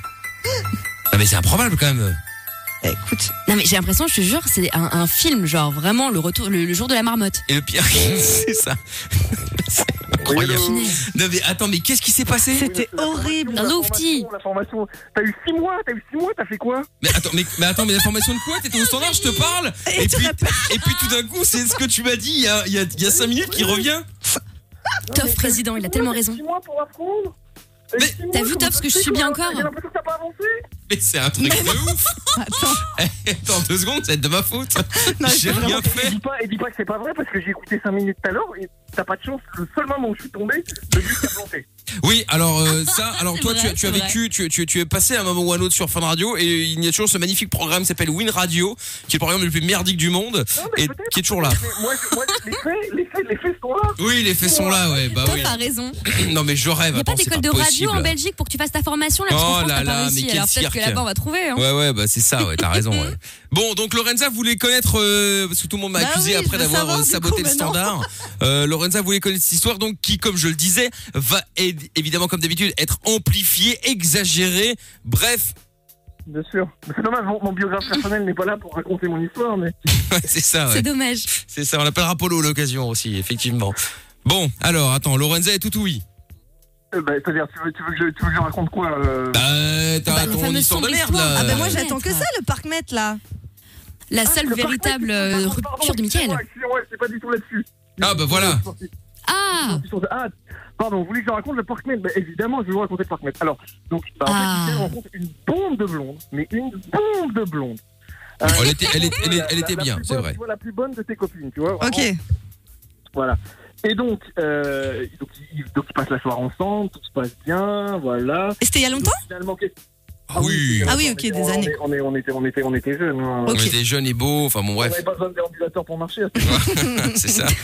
Ah, mais c'est improbable quand même. Eh, écoute, Non mais j'ai l'impression, je te jure, c'est un, un film, genre vraiment le retour, le, le jour de la marmotte. Et le pire, c'est ça. C'est incroyable. Punaise. Non, mais attends, mais qu'est-ce qui s'est passé? c'était horrible. Un oufti. La formation, t'as eu six mois, t'as eu six mois, t'as fait quoi? Mais attends, mais, mais attends, mais l'information de quoi? T'étais au standard, je te parle. Et Et tu puis, répètes. et puis tout d'un coup, c'est ce que tu m'as dit il y a, il y a, il y a cinq minutes qui revient. Toff président, il a tellement raison. six mois pour apprendre. Mais t'as vu, Top, ce que je suis bien encore? J'ai l'impression que t'as pas avancé. Mais c'est un truc de ouf. Attends, Eh, Attends deux secondes, ça va être de ma faute. Non, J'ai je- rien Et fait. dis pas, et dis pas que c'est pas vrai parce que j'ai écouté cinq minutes tout à l'heure et t'as pas de chance. Le seul moment où je suis tombé, le bus a planté. Oui, alors euh, ça, alors C'est toi, vrai, tu, as- tu as c'est vécu, tu, tu, tu es passé à un moment ou à un autre sur Fun Radio et il y a toujours ce magnifique programme qui s'appelle Win Radio, qui est le programme le plus merdique du monde Non, mais et peut-être, qui est toujours là. Mais moi, je- moi, les faits, les faits, les faits sont là. Oui, les faits sont là, ouais, bah Toff oui. a raison. Non mais je rêve. Il n'y a pas attends, c'est d'école de radio possible. en Belgique pour que tu fasses ta formation là, parce Oh qu'en France, là t'as là, pas mais réussi. quel Alors peut-être que cirque. là-bas on va trouver. Hein. Ouais ouais bah c'est ça ouais t'as raison ouais. Bon donc Lorenza voulait connaître euh, parce que tout le monde m'a Bah accusé oui, je après veux d'avoir savoir, euh, du saboté coup, le mais non. standard. Euh, Lorenza voulait connaître cette histoire donc qui comme je le disais va é- évidemment comme d'habitude être amplifiée, exagérée, bref Bien sûr. Mais c'est dommage, mon, mon biographe personnel n'est pas là pour raconter mon histoire, mais. ouais, c'est ça ouais. C'est dommage. C'est ça on l'appellera Polo à l'occasion aussi effectivement. Bon alors attends Lorenza est tout oui. Euh, bah, c'est-à-dire, tu veux, tu, veux que je, tu veux que je raconte quoi euh... Bah t'as Bah, la ton fameuse histoire de sombre merde histoire. là. Ah ben moi Euh, j'attends que ça, le parc-mètre là. La Ah, seule le parc- véritable ah, euh, pardon, rupture pardon, de Mickaël. Excusez-moi, excusez-moi, c'est pas du tout là-dessus. Ah, bah, voilà. Ah Ah, pardon, vous voulez que je raconte le parc-mètre? Bah, évidemment, je vais vous raconter le parc-mètre. Alors, donc, bah, en Ah. fait, Mickaël rencontre une bombe de blonde, mais une bombe de blonde. Euh, Oh, elle était elle, est- elle, est- elle la- était la bien plus c'est bonne, vrai. Tu vois, la plus bonne de tes copines, tu vois. Ok. vraiment. Voilà. Et donc, euh, donc, ils, donc, ils passent la soirée ensemble, tout se passe bien, voilà. Et c'était il y a longtemps? Donc, finalement, qu'est-ce- Ah oui. Ah oui, on ok, était- des on- années. On, est- on était, on était, on était jeunes. Hein. Ok. On était jeunes et beaux enfin bon On bref. n'avait pas besoin de déambulateur pour marcher. à ce C'est ça.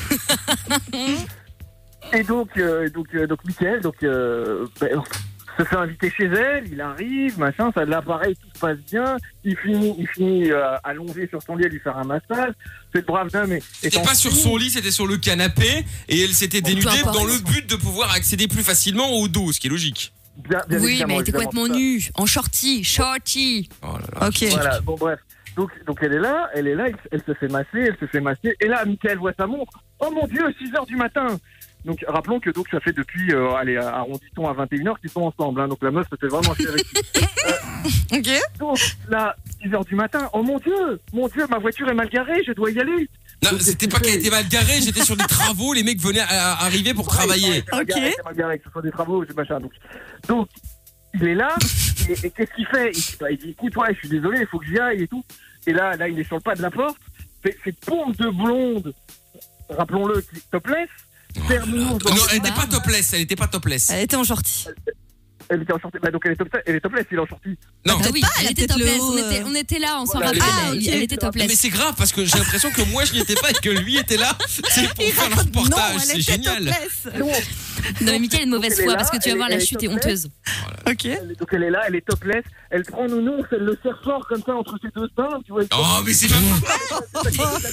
Et donc, euh, donc, euh, donc, Mickaël, donc, euh, ben, se fait inviter chez elle, il arrive, machin, ça l'appareil, tout se passe bien, il finit, il finit euh, allongé sur son lit à lui faire un massage. Cette brave dame est. C'était est pas en sur fille. son lit, c'était sur le canapé et elle s'était Peu dénudée importe. dans le but de pouvoir accéder plus facilement au dos, ce qui est logique. Bien, bien Oui, évidemment, mais elle était évidemment, complètement ça. nue, en shorty, shorty. Oh là là. Ok. Voilà, bon bref. Donc, donc elle est là, elle est là, elle, elle se fait masser, elle se fait masser. Et là, Mickaël voit sa montre. Oh mon Dieu, six heures du matin. Donc rappelons que donc ça fait depuis, euh, allez, arrondissons à vingt et une heures qu'ils sont ensemble. Hein, donc la meuf se fait vraiment chier avec lui. Ok. Donc là, six heures du matin. Oh mon Dieu, mon Dieu, ma voiture est mal garée, je dois y aller. Non, Donc, c'était qu'est-ce pas qu'il qu'elle fait était mal garée, j'étais sur des travaux, les mecs venaient à- à arriver pour travailler. Ouais, c'est mal garé, Ok. c'est mal garé, que ce soit des travaux, c'est machin. Donc, donc il est là, et, et qu'est-ce qu'il fait? il, bah, il dit, écoute, ouais, je suis désolé, il faut que j'y aille et tout. Et là, là, il est sur le pas de la porte. C'est cette pompe de blonde, rappelons-le, qui topless, terminus dans Non, le elle était bar. pas topless, elle était pas topless. Elle était en shorty. Elle était en short. Bah donc elle est topless, elle est topless, il est en shorty. Non. Ah oui, pas, elle elle a était peut-être le topless. haut, On était, on était là, on s'en Voilà, rappelle. ah, elle, ok. elle était Mais topless. c'est grave parce que j'ai l'impression que moi je n'y étais pas et que lui était là. C'est pour Il faire le raconte, non, reportage, elle c'est était génial. topless. Non. Non mais Mickaël est de mauvaise Donc, elle est foi là, parce que tu vas elle voir est- la elle est chute est topless. honteuse. Ok. Elle- Donc elle est là, elle est topless, elle prend nounours, elle le serre fort comme ça entre ses deux seins, tu vois. Oh mais c'est pas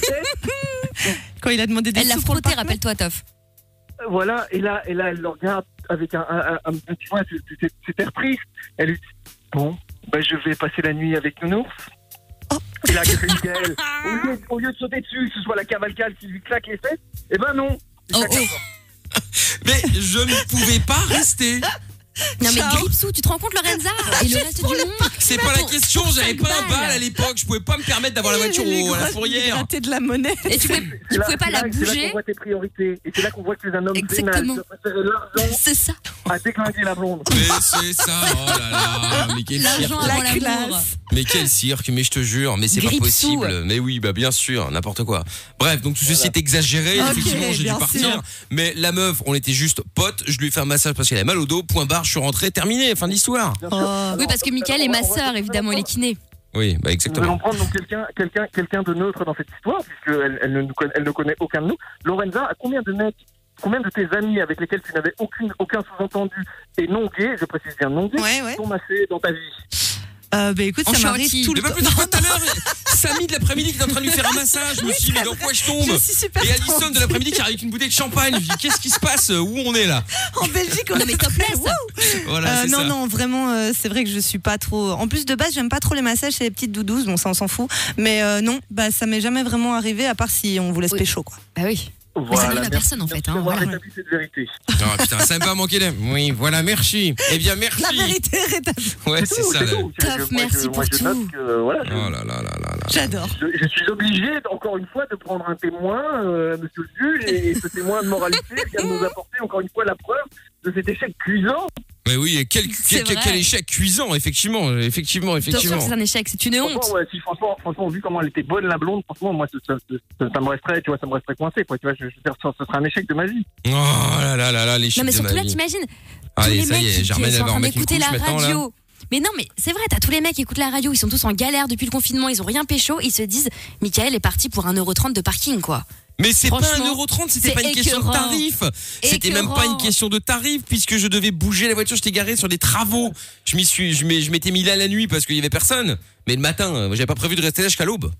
Quand il a demandé des Elle l'a sous pour le frotté, parfum. rappelle-toi Toff. Voilà, et là, et là, elle le regarde avec un, un, un, un- tu vois, c'est- c'était reprise. Elle lui dit, bon, bah, je vais passer la nuit avec nounours. Et là, que fait Mickaël, au lieu, au lieu de sauter dessus, que ce soit la cavalcade qui lui claque les fesses, eh ben non. Il Oh, claque oh. la porte. Mais je ne pouvais pas rester. Non mais Ciao. Gripsou, tu te rends compte Lorenza et le reste du monde. C'est pas la pour- question, pour j'avais cinq pas un balles. bal à l'époque, je pouvais pas me permettre d'avoir la voiture Les au- à la grosses fourrière. gratter de la monnaie. Et tu pouvais, C'est tu là- pouvais pas c'est la là- C'est là bouger. qu'on voit tes priorités. Et c'est là qu'on voit que tu es un homme Exactement. vénal. Tu préfères l'argent C'est ça. à déglinguer la blonde. Mais c'est ça, oh là là, mais quel cirque. L'argent avant La l'amour. classe. Mais quel cirque, mais je te jure, mais c'est pas Gripsou. possible. Mais oui, bah bien sûr, n'importe quoi. Bref, donc tout ceci est exagéré, Ok, effectivement, j'ai dû bien partir. sûr. Mais la meuf, on était juste potes, je lui ai fait un massage parce qu'elle avait mal au dos, point barre, je suis rentré, terminé, fin de l'histoire. Bien sûr. Oh. Alors, Oui parce que Mickaël est on va- ma on va- sœur évidemment, il est kiné. Oui, bah Nous allons exactement. prendre donc quelqu'un, quelqu'un, quelqu'un de neutre dans cette histoire, puisqu'elle elle ne, nous connaît, elle ne connaît aucun de nous. Lorenza, à combien de mecs, combien de tes amis avec lesquels tu n'avais aucune, aucun sous-entendu et non gay, je précise bien non gay, Ouais, ouais. sont massés dans ta vie? Euh, bah écoute, En ça m'arrive shorty. tout Mais le pas temps. plus tard tout à l'heure, Samy de l'après-midi qui est en train de lui faire un massage, je me suis dit, mais dans quoi je tombe? Je suis super Et Alison de l'après-midi qui arrive avec une bouteille de champagne, je me dis, qu'est-ce qui se passe? Où on est là? En Belgique, on Non mais est topless. Voilà, Euh, c'est non, ça. non, vraiment, euh, c'est vrai que je suis pas trop. En plus de base, j'aime pas trop les massages chez les petites doudous, bon, ça on s'en fout. Mais euh, non, bah ça m'est jamais vraiment arrivé, à part si on vous laisse Oui. pécho, quoi. Bah oui. Mais ça Voilà, n'arrive à merci. personne en fait. Merci Hein, d'avoir voilà. rétabli cette vérité. Ah putain, ça m'a pas manqué d'air. Oui, voilà, merci. Eh bien, merci. La vérité est rétablie. Ouais, c'est tout, ça. là. tout. Toff, Je- moi, merci je- moi, pour je note tout. que, voilà, je- Oh là là là là là. J'adore. Je, je suis obligé, encore une fois, de prendre un témoin, euh, monsieur le juge, et ce témoin de moralité vient de nous apporter encore une fois la preuve de cet échec cuisant. Mais oui, et quel, C'est quel, vrai. quel échec cuisant, effectivement, effectivement, Bien sûr effectivement. que c'est un échec, c'est une honte. Franchement, ouais, si, franchement, franchement, vu comment elle était bonne, la blonde, franchement, moi, ça, ça, ça, ça me resterait, tu vois, ça me resterait coincé, quoi, tu vois, je, je veux dire, ça, ce serait un échec de ma vie. Oh là là là là, l'échec Non mais de surtout ma là vie. t'imagines tous Allez, les ça y mecs est, qui, qui Germaine, sont elle en va train remettre une d'écouter couche la maintenant, là. radio. Mais non mais c'est vrai, t'as tous les mecs qui écoutent la radio, ils sont tous en galère depuis le confinement, ils ont rien pécho, ils se disent Mickaël est parti pour un euro trente de parking quoi. Mais c'est pas un Franchement, euro trente, c'était c'est pas une question de écœurant. tarif. C'était même pas Écœurant. une question de tarif puisque je devais bouger la voiture, j'étais garé sur des travaux. Je m'y suis, je m'ai- je m'étais mis là la nuit parce qu'il y avait personne. Mais le matin, euh, j'avais pas prévu de rester là jusqu'à l'aube.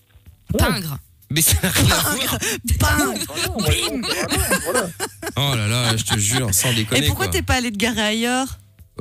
Pingre. Mais ça n'a rien à voir. Bam. Bim. Voilà. Oh là là, je te jure, sans déconner. Et pourquoi quoi. t'es pas allé te garer ailleurs?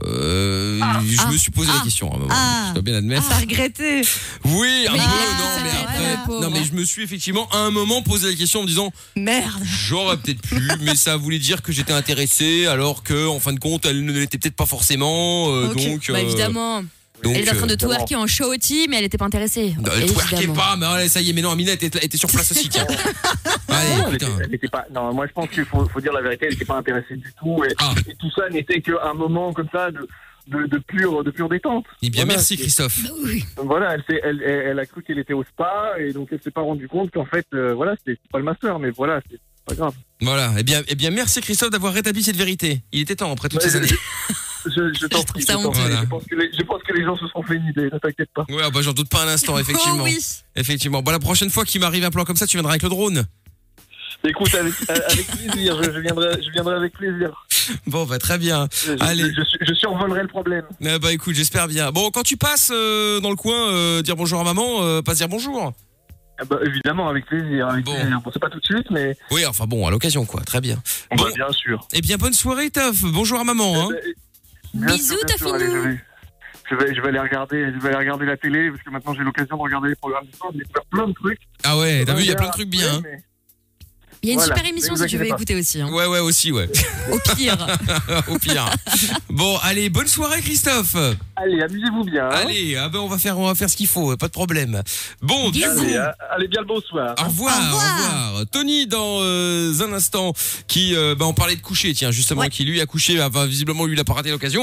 Euh, je Ah. me suis posé la Ah. question à un moment. Ah. Je dois bien admettre. T'as regretté. Oui, un Mais peu, il a- non, mais ouais, après. le pauvre. Non, mais je me suis effectivement à un moment posé la question en me disant Merde. j'aurais peut-être pu, mais ça voulait dire que j'étais intéressé, alors que en fin de compte, elle ne l'était peut-être pas forcément. euh, Ok. Donc, Bah euh, évidemment. donc, Elle est en train de euh, twerker en shorty mais elle était pas intéressée. bah, elle twerkait Évidemment. pas, mais allez, ça y est, mais non, Amina était, était sur place aussi, tiens. Non, Allez, elle était, putain. elle était pas. Non, moi je pense qu'il faut, faut dire la vérité. Elle n'était pas intéressée du tout, et, Ah. et tout ça n'était qu'un moment comme ça de, de, de pure, de pure détente. Eh bien, Voilà, merci c'est- Christophe. Oui. Voilà, elle, s'est- elle, elle, elle a cru qu'elle était au spa, et donc elle s'est pas rendue compte qu'en fait, euh, voilà, c'était pas le master, mais voilà, c'est pas grave. Voilà, eh bien, eh bien, merci Christophe d'avoir rétabli cette vérité. Il était temps après toutes ces Ouais, années. Je, je t'en Je trouve prie, je ça t'en honteux. prie. Voilà. Je pense que les, je pense que les gens se sont fait une idée, ne t'inquiète pas. Ouais, bah j'en doute pas un instant, effectivement. Oh oui. Effectivement. Bon, la prochaine fois qu'il m'arrive un plan comme ça, tu viendras avec le drone. Écoute, avec, avec plaisir, je, je viendrai, je viendrai avec plaisir. Bon, bah très bien. Je, je- Allez. je, je survolerai le problème. Ah bah écoute, j'espère bien. Bon, quand tu passes euh, dans le coin, euh, dire bonjour à maman, euh, pas dire bonjour. Ah bah, évidemment, avec plaisir. Avec Bon. plaisir. Bon, c'est pas tout de suite, mais Oui, enfin bon, à l'occasion quoi, très bien. bon, Bon. bah, bien sûr. Eh bien, bonne soirée, Toff. Bonjour à maman. Hein. Eh ben, bien Bisous, sûr, bien sûr. Tofinou. Allez, je vais- Je vais, je vais aller regarder, je vais aller regarder la télé parce que maintenant j'ai l'occasion de regarder les programmes du soir, j'ai découvert plein de trucs. Ah ouais, t'as vu, il y a plein de trucs bien. hein. Mais- Il y a une Voilà. super émission Ne vous si tu veux inquiétez pas. écouter aussi. Hein. Ouais, ouais, aussi, ouais. Au pire. Au pire. Bon, allez, bonne soirée, Christophe. Allez, amusez-vous bien. hein. Allez, ah ben on va faire, on va faire ce qu'il faut, pas de problème. Bon, du Bisous. coup, Allez, hein. Allez, bien le bonsoir. au revoir, Au au revoir. revoir. Tony, dans euh, un instant, qui, euh, bah, on parlait de coucher, tiens, justement, Ouais. qui lui a couché, enfin, visiblement, lui, il a pas raté l'occasion, hein.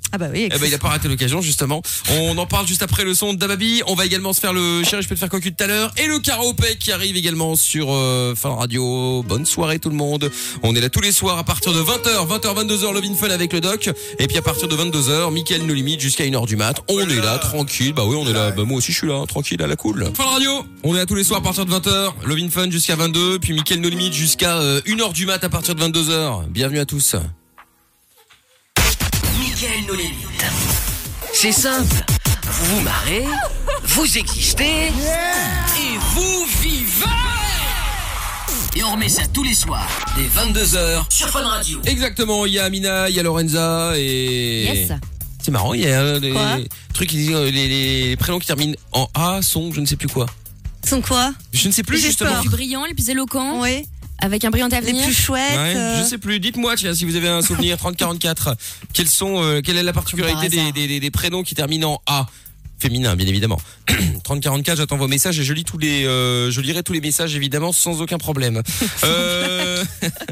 Ah bah oui. Eh ben, il a pas raté l'occasion, justement. On en parle juste après le son d'Ababi. On va également se faire le chéri, je peux te faire cocu tout à l'heure. Et le karaopé qui arrive également sur euh, Fun Radio. Bonne soirée tout le monde. On est là tous les soirs à partir de vingt heures, vingt heures, vingt-deux heures, Love in Fun avec le doc. Et puis à partir de vingt-deux heures, Mickaël No Limit jusqu'à une heure du mat. On est là, tranquille. Bah oui, on est là. Bah moi aussi je suis là, tranquille, à la cool. Fun Radio. On est là tous les soirs à partir de vingt heures. Love in Fun jusqu'à vingt-deux. Puis Mickaël No Limit jusqu'à euh, une heure du mat à partir de vingt-deux heures. Bienvenue à tous. Mickaël No Limit. C'est simple. Vous vous marrez, vous existez et vous vivez. Et on remet ça tous les soirs, dès vingt-deux heures, sur Fun Radio. Exactement, il y a Amina, il y a Lorenza et... Yes. C'est marrant, il y a des Quoi trucs qui disent les, les prénoms qui terminent en A sont je ne sais plus quoi. Sont quoi? Je ne sais plus J'ai justement. peur. Les plus brillants, les plus éloquents, Oui. avec un brillant Les avenir. plus chouettes. Ouais, euh, je sais plus. Dites-moi, tiens, si vous avez un souvenir trente quarante-quatre. Quels sont, euh, quelle est la particularité Par des, hasard. des, des, des prénoms qui terminent en A? Féminin, bien évidemment. trente quarante-quatre, j'attends vos messages et je lis tous les, euh, je lirai tous les messages évidemment sans aucun problème. Euh...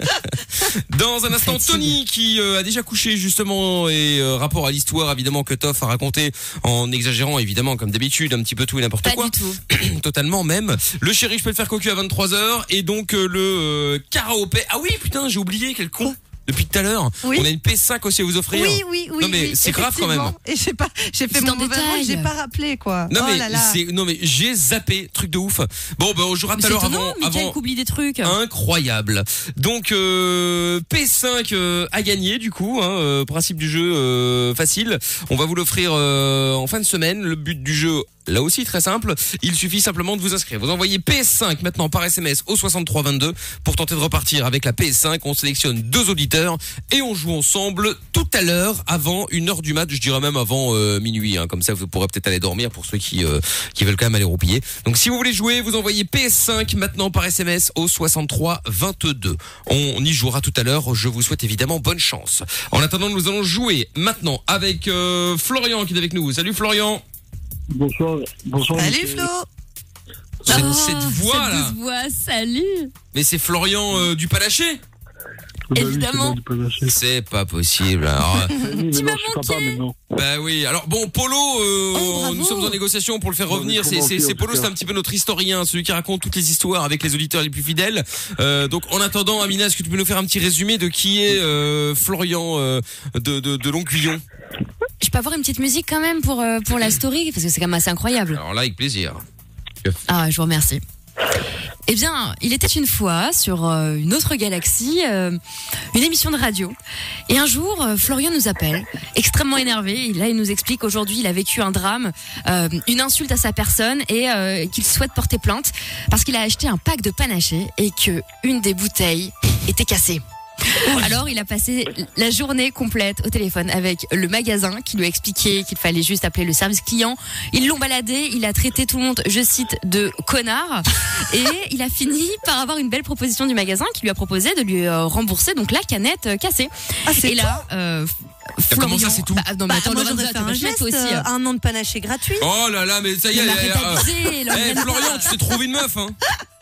Dans un instant, Tony qui euh, a déjà couché justement et euh, rapport à l'histoire évidemment que Toff a raconté en exagérant évidemment comme d'habitude un petit peu tout et n'importe Pas quoi. du tout. Totalement même. Le chéri, je peux le faire cocu à vingt-trois heures et donc euh, le euh, karaopé. Ah oui, putain, j'ai oublié, quel con. Depuis tout à l'heure, Oui. on a une P cinq aussi à vous offrir. Oui, oui, oui. Non, mais oui, c'est grave quand même. effectivement. Et j'ai pas, j'ai fait C'est mon en mauvais rôle, détail. j'ai pas rappelé quoi. Non oh mais là là. c'est non mais j'ai zappé, truc de ouf. Bon ben on jouera tout Mais à c'est l'heure étonnant, avant Mickaël avant oublie des trucs. incroyable. Donc euh, P cinq euh, à gagner du coup hein, euh, principe du jeu euh, facile. On va vous l'offrir euh, en fin de semaine. Le but du jeu là aussi très simple, il suffit simplement de vous inscrire. Vous envoyez P S cinq maintenant par S M S au soixante-trois vingt-deux pour tenter de repartir avec la P S cinq. On sélectionne deux auditeurs et on joue ensemble tout à l'heure avant une heure du match, je dirais même avant euh, minuit. Hein. Comme ça, vous pourrez peut-être aller dormir pour ceux qui euh, qui veulent quand même aller roupiller. Donc si vous voulez jouer, vous envoyez P S cinq maintenant par S M S au soixante-trois vingt-deux. On y jouera tout à l'heure. Je vous souhaite évidemment bonne chance. En attendant, nous allons jouer maintenant avec euh, Florian qui est avec nous. Salut Florian. Bonsoir. Bonsoir. Salut Mickaël. Flo. Cette, Oh, cette voix cette là. douce voix, salut. Mais c'est Florian euh, du Palaché. Bah oui, Évidemment. c'est bon, du Palaché. C'est pas possible. Alors, euh, Oui, mais Tu non, m'as je suis papa maintenant. bah oui. Alors bon, Polo, euh, Oh, bravo. nous sommes en négociation pour le faire On est revenir. C'est, convaincu, c'est, c'est en Polo, tout c'est cas. un petit peu notre historien, celui qui raconte toutes les histoires avec les auditeurs les plus fidèles. Euh, donc en attendant, Amina, est-ce que tu peux nous faire un petit résumé de qui est euh, Florian euh, de, de, de Longuillon? Je peux avoir une petite musique quand même pour, euh, pour la story, parce que c'est quand même assez incroyable. Alors là, avec plaisir. Ah, je vous remercie. Eh bien, il était une fois sur euh, une autre galaxie, euh, une émission de radio. Et un jour, euh, Florian nous appelle, extrêmement énervé. Et là, il nous explique qu'aujourd'hui, il a vécu un drame, euh, une insulte à sa personne et euh, qu'il souhaite porter plainte parce qu'il a acheté un pack de panaché et que une des bouteilles était cassée. Alors il a passé la journée complète au téléphone avec le magasin qui lui a expliqué qu'il fallait juste appeler le service client. Ils l'ont baladé, il a traité tout le monde, je cite, de connard. Et il a fini par avoir une belle proposition du magasin qui lui a proposé de lui euh, rembourser donc la canette euh, cassée. Ah, c'est Et là, euh, comment Florian- ça, c'est tout Bah, non, mais Bah, attends, moi Lorenza, j'aurais fait tu vas un te mettre geste, aussi. euh, un an de panaché gratuit. Oh là là, mais ça y est. Ne elle- l'arrête elle- pas euh, d'user, eh, Lorenza. Florian, tu t'es trouvé une meuf, hein.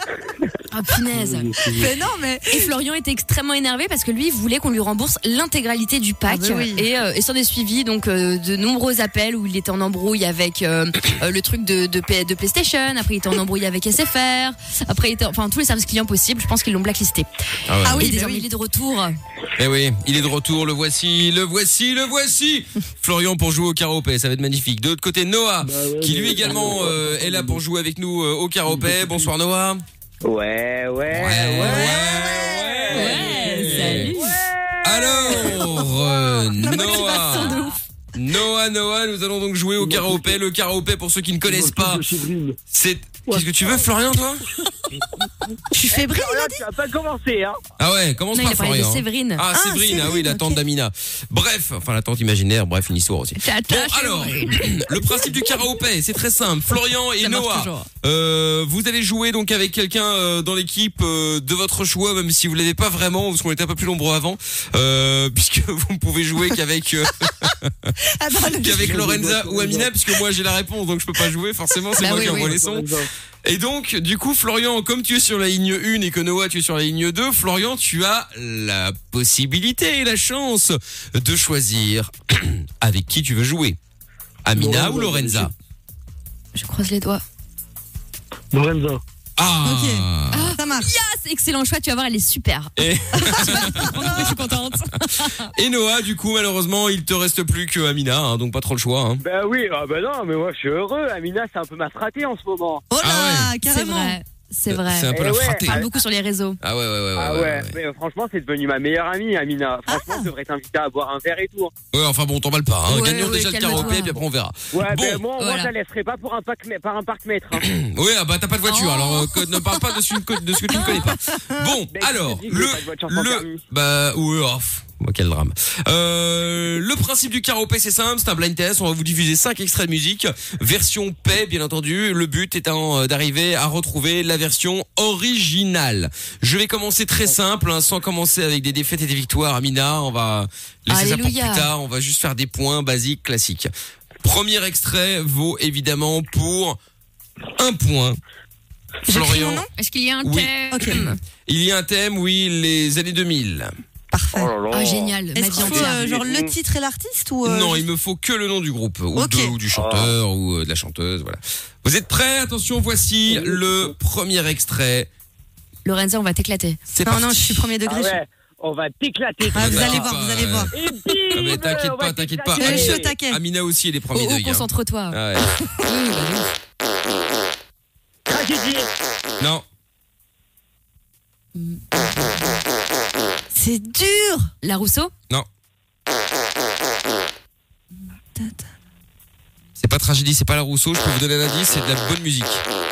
Ah punaise. Mais non, mais Et Florian était extrêmement énervé parce que lui voulait qu'on lui rembourse l'intégralité du pack. Ah bah oui. Et, euh, et s'en est suivi donc euh, de nombreux appels où il était en embrouille avec euh, euh, le truc de, de, P- de PlayStation. Après il était en embrouille avec S F R. Après il était enfin tous les services clients possibles. Je pense qu'ils l'ont blacklisté. Ah ouais. Ah oui, et bah désormais oui. il est de retour. Eh oui, il est de retour, le voici, le voici, le voici. Florian pour jouer au karaopé, ça va être magnifique. De l'autre côté, Noah, Bah ouais, qui mais- lui également euh, est là pour jouer avec nous euh, au karaopé. Bonsoir Noah. Ouais, ouais, Ouais, ouais, Ouais, salut. Alors, euh, motivation de Noah. Noah, Noah, nous allons donc jouer au karaopé. Le karaopé, pour ceux qui ne connaissent pas, c'est... Qu'est-ce que tu veux, Florian, toi? je suis fébrile. Florian, tu vas pas commencer, hein. Ah ouais, commence Non, il pas, a parlé de Florian. Séverine. Ah, Ah, Séverine, ah oui, Séverine, la tante ok. d'Amina. Bref, enfin la tante imaginaire, bref, une histoire aussi. Bon, alors, le principe du karaopé, c'est très simple. Florian et Ça marche Noah, toujours. euh, vous allez jouer donc avec quelqu'un euh, dans l'équipe euh, de votre choix, même si vous l'avez pas vraiment, parce qu'on était un peu plus nombreux avant, euh, puisque vous ne pouvez jouer qu'avec euh, Ah bah, le- qu'avec Lorenza ou Amina, puisque moi j'ai la réponse, donc je peux pas jouer. Forcément, c'est Bah moi oui, qui oui. envoie les sons. Et donc, du coup, Florian, comme tu es sur la ligne un et que Noah, tu es sur la ligne deux, Florian, tu as la possibilité et la chance de choisir avec qui tu veux jouer. Amina ou Lorenza? Je croise les doigts. Lorenza. Ah, Ok. Ah, ça marche. Yes, excellent choix, tu vas voir, elle est super. Et... Je suis contente. et Noah, du coup, malheureusement, il te reste plus que Amina, hein, donc pas trop le choix. Hein. Bah oui, ah bah non, mais moi je suis heureux. Amina, c'est un peu ma fratée en ce moment. Oh là, Ah C'est carrément. vrai, c'est vrai. C'est un peu Eh la ouais. fratée. On parle beaucoup sur les réseaux. Ah ouais, ouais, ouais. ouais, Ah ouais, ouais, ouais. mais euh, franchement, c'est devenu ma meilleure amie, Amina. Franchement, Ah. je devrais t'inviter à boire un verre et tout. Ouais, enfin bon, t'emballes pas. Hein. Ouais, Gagnons ouais, déjà le calme-toi. karaoké, puis après on verra. Ouais, Bon. ben moi, moi, Voilà. je la laisserai pas pour un, pack, par un parc-mètre. Hein. Oui, ah bah t'as pas de voiture, Oh. alors euh, que- ne parle pas de ce, de ce que tu ne connais pas. Bon, Mais alors, qui te dit que le, j'ai pas de voiture sans le, permis bah, ouais, oh, pff, oh, quel drame. Euh, le principe du karaoké, c'est simple, c'est un blind test. On va vous diffuser cinq extraits de musique, version paix, bien entendu. Le but étant euh, d'arriver à retrouver la version originale. Je vais commencer très simple, hein, sans commencer avec des défaites et des victoires. Amina, on va laisser ça pour Alléluia. plus tard. On va juste faire des points basiques, classiques. Premier extrait vaut évidemment pour un point. J'écris Florian, mon nom Est-ce qu'il y a un Oui. thème? il y a un thème, oui, les années deux mille. Parfait. Oh là là. Ah, génial, ma Est-ce vie qu'il faut entière. euh, genre le titre et l'artiste ou euh, Non, il me faut que le nom du groupe, ou, Ok. de- ou du chanteur, ou euh, de la chanteuse, voilà. Vous êtes prêts? Attention, voici le premier extrait. Lorenza, on va t'éclater. C'est Non, parti. non, je suis premier degré. Ah je suis- ouais, on va t'éclater. Ah, vous T'inquiète allez pas, voir, vous allez euh, voir. Et bim, Ah, mais t'inquiète on pas, va t'inquiète pas. t'éclater. Je suis au Amina, taquet. Amina aussi, elle est Oh, premier oh, deuil. hein. concentre-toi. Ah ouais. Tragédie. Non, C'est dur. La Rousseau? non. C'est pas tragédie, c'est pas la Rousseau. Je peux vous donner un indice, c'est de la bonne musique.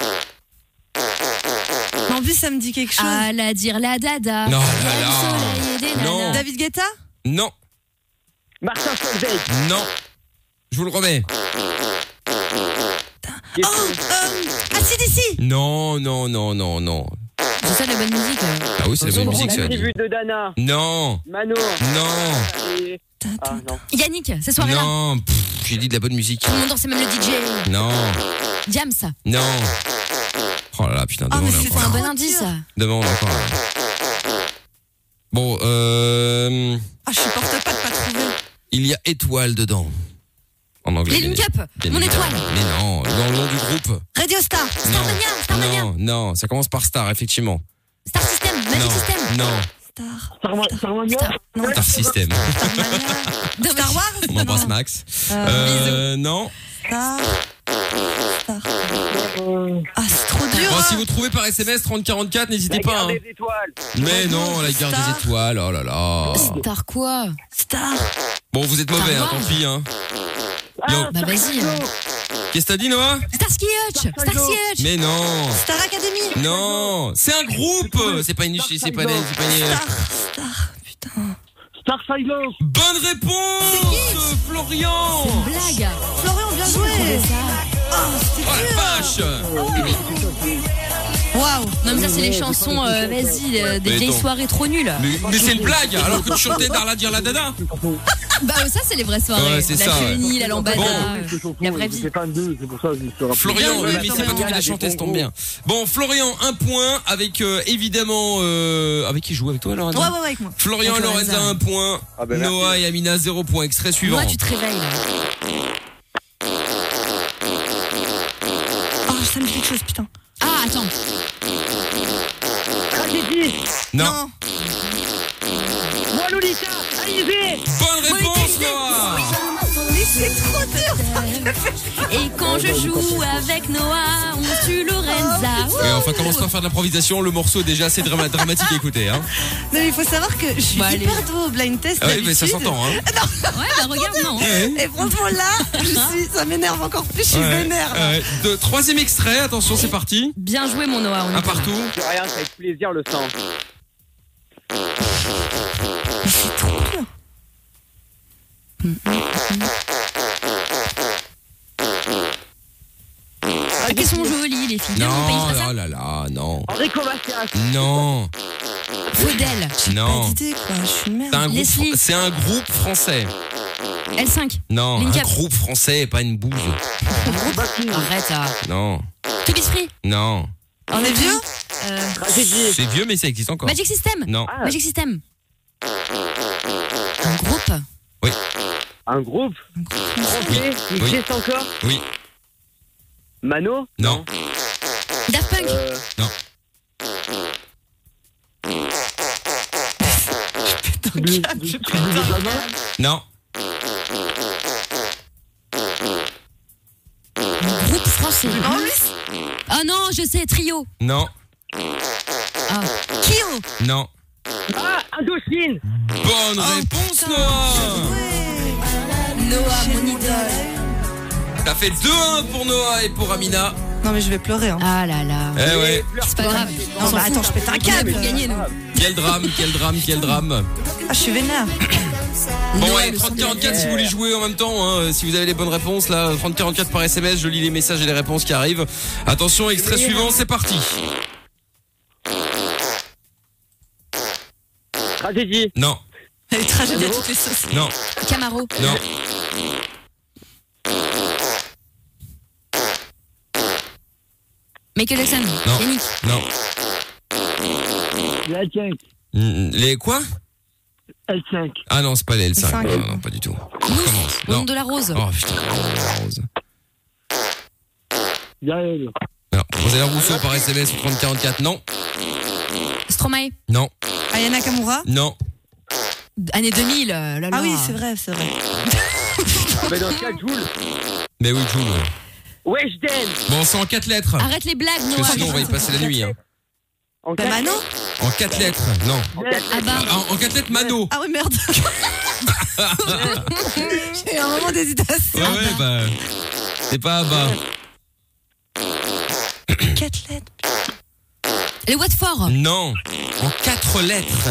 En plus, ça me dit quelque chose. À la dire la dada. Non, Il y a là, du là. soleil et des Non. nanas. David Guetta. Non, Martin Solveig. non. Je vous le remets. Oh, euh, A C D C. Non, non, non, non, non. C'est ça la bonne musique. euh. Ah oui, c'est la bonne musique, ça. La dit. tribu de Dana. Non, Mano. non, Et... Ah non. Yannick, ces soirées-là. non. Pff, j'ai dit de la bonne musique. Tout le monde dansait, même le D J. Non, Diams. non. Oh là là, putain, Ah, mais demande c'est encore. C'est un trop bon indice. dur. Demande encore. Bon, euh, Ah, je supporte pas de pas trouver. il y a étoile dedans. En anglais. Les Link bien- Up. bien Mon évidemment. étoile. Mais non, dans le nom du groupe. Radio Star. Starmania. Starmania. Non, non, ça commence par Star, effectivement. Star System. Magic Non, System. non, Star. Starmania. Star. Non. Star System. Starmania. Star Wars. On embrasse Non. Max. Euh, Euh, non. Star. Star. Ah, c'est trop dur. Bon, hein. si vous trouvez par S M S trente quarante-quatre, n'hésitez La pas. guerre Hein. des étoiles. Mais non, la garde Star. des étoiles, oh là là. Star quoi? Star. Bon, vous êtes mauvais, hein, Star tant Wars. pis. Hein. Ah, Non. Bah vas-y. hein. Qu'est-ce que t'as dit, Noah? Starsky Hutch. Starsky Hutch. Mais non. Star Academy. Non, c'est un groupe. C'est pas une, c'est pas une, c'est pas une. Star. Star. Putain. Star Silence. Bonne réponse, Florian. Blague. Florian, bien joué. Oh, c'était Oh la dur. vache. Waouh. Non mais ça c'est les chansons, euh, vas-y, euh, des Mais vieilles non. soirées trop nulles. Mais, mais c'est une blague, alors que tu chantais Darla Dire la Dada. Bah ça c'est les vraies soirées. Ouais, c'est la ça, ouais. chenille, la lambada, Bon. euh, la vraie vie. C'est pas un deux, c'est pour ça que je te rappelle. Florian, Bien oui, joué, mais c'est Florian. pas toi qui l'as chanté, ça tombe bien. Bon, Florian, un point avec euh, évidemment euh, avec qui joue avec toi, Lorenza? Ouais, ouais, ouais, avec moi. Florian et Avec Lorenza, Lorenza. un point. Ah ben, merci. Noah et Amina, zéro point. Extrait suivant. Moi tu te réveilles là. Oh, ça me fait quelque chose, putain. Ah attends. Tragédie. Non. Moi, Lolita. Alizé. Bonne réponse, Noah. Mais c'est trop dur. Et quand je joue avec Noah, on tue Lorenza. Et enfin, commence pas à faire de l'improvisation. Le morceau est déjà assez drama- dramatique à écouter. Hein. Non, mais il faut savoir que je suis Bah, allez. hyper douée au blind test. Ah oui, mais ça d'habitude. s'entend. Hein. Ouais bah regarde non. Et franchement, là, je suis, ça m'énerve encore plus. Je suis Ouais, vénère. là. ouais. De- troisième extrait, attention, c'est parti. Bien joué mon Noah. On Un est partout. De rien, ça fait plaisir le sang. Mais c'est trop dur. Ah, qu'elles sont jolies les filles. Viens, on paye Non, pas ça. oh là là, non. Enrico Macias. Non, Faudel. non. Pas d'idée, quoi. Je suis une merde. C'est un, groupe, Leslie. c'est un groupe français. L cinq. Non, Link un Up. groupe français et pas une bouse. Arrête ça. Non. To Be Free. Non. On est vieux Euh, C'est vieux, mais ça existe encore. Magic System. Non. Ah. Magic System. Un groupe. Un groupe français qui Oui. existe encore Oui. Mano Non. Daft Punk. euh, Non. Groupe français. Ah non, je sais, Trio. Non. Ah. Kyo. Non. Ah, Indochine. Bonne réponse, Noah. Noah, mon idole. T'as fait deux un pour Noah et pour Amina. Non mais je vais pleurer. Hein. Ah là là. Eh ouais. C'est pas grave. Non bah attends, je pète un câble. On a gagné, nous. Quel drame, quel drame, quel drame. Ah, je suis vénère. Bon, Noah, ouais, le trente son de quarante-quatre la si vous voulez jouer en même temps, hein, si vous avez les bonnes réponses, là, trente quarante-quatre par S M S, je lis les messages et les réponses qui arrivent. Attention, extrait suivant, c'est parti. Tragédie. Non, Les tragédies à toutes les sauces. non, Camaro. non, Michael Jackson. Non. Yannick. non. L cinq. Mm, Les quoi? L cinq. Ah non, c'est pas les L cinq, cinq. non, non, pas du tout. On Mousse. recommence. Au nom Non. de la rose. Oh putain, la rose. Gaël. Alors, Rosalie Rousseau par S M S au trente quarante-quatre, non, Stromae. non, Ayana Kamura. non. Année deux mille. euh, Là, là. Ah oui, c'est vrai, c'est vrai. Ah, bah dans ce cas, Joule. Mais oui, Jules. Weshden. Bon, c'est en quatre lettres. Arrête les blagues, Parce que Noah. sinon, on va y passer la nuit. Hein. En Bah quatre- Mano. En quatre lettres, non. Ah bah. En, en quatre lettres, Mano. Ah oui merde. J'ai eu un moment d'hésitation. Ouais, ouais, bah. C'est pas bas. Quatre lettres. Les Watford. Non. En quatre lettres.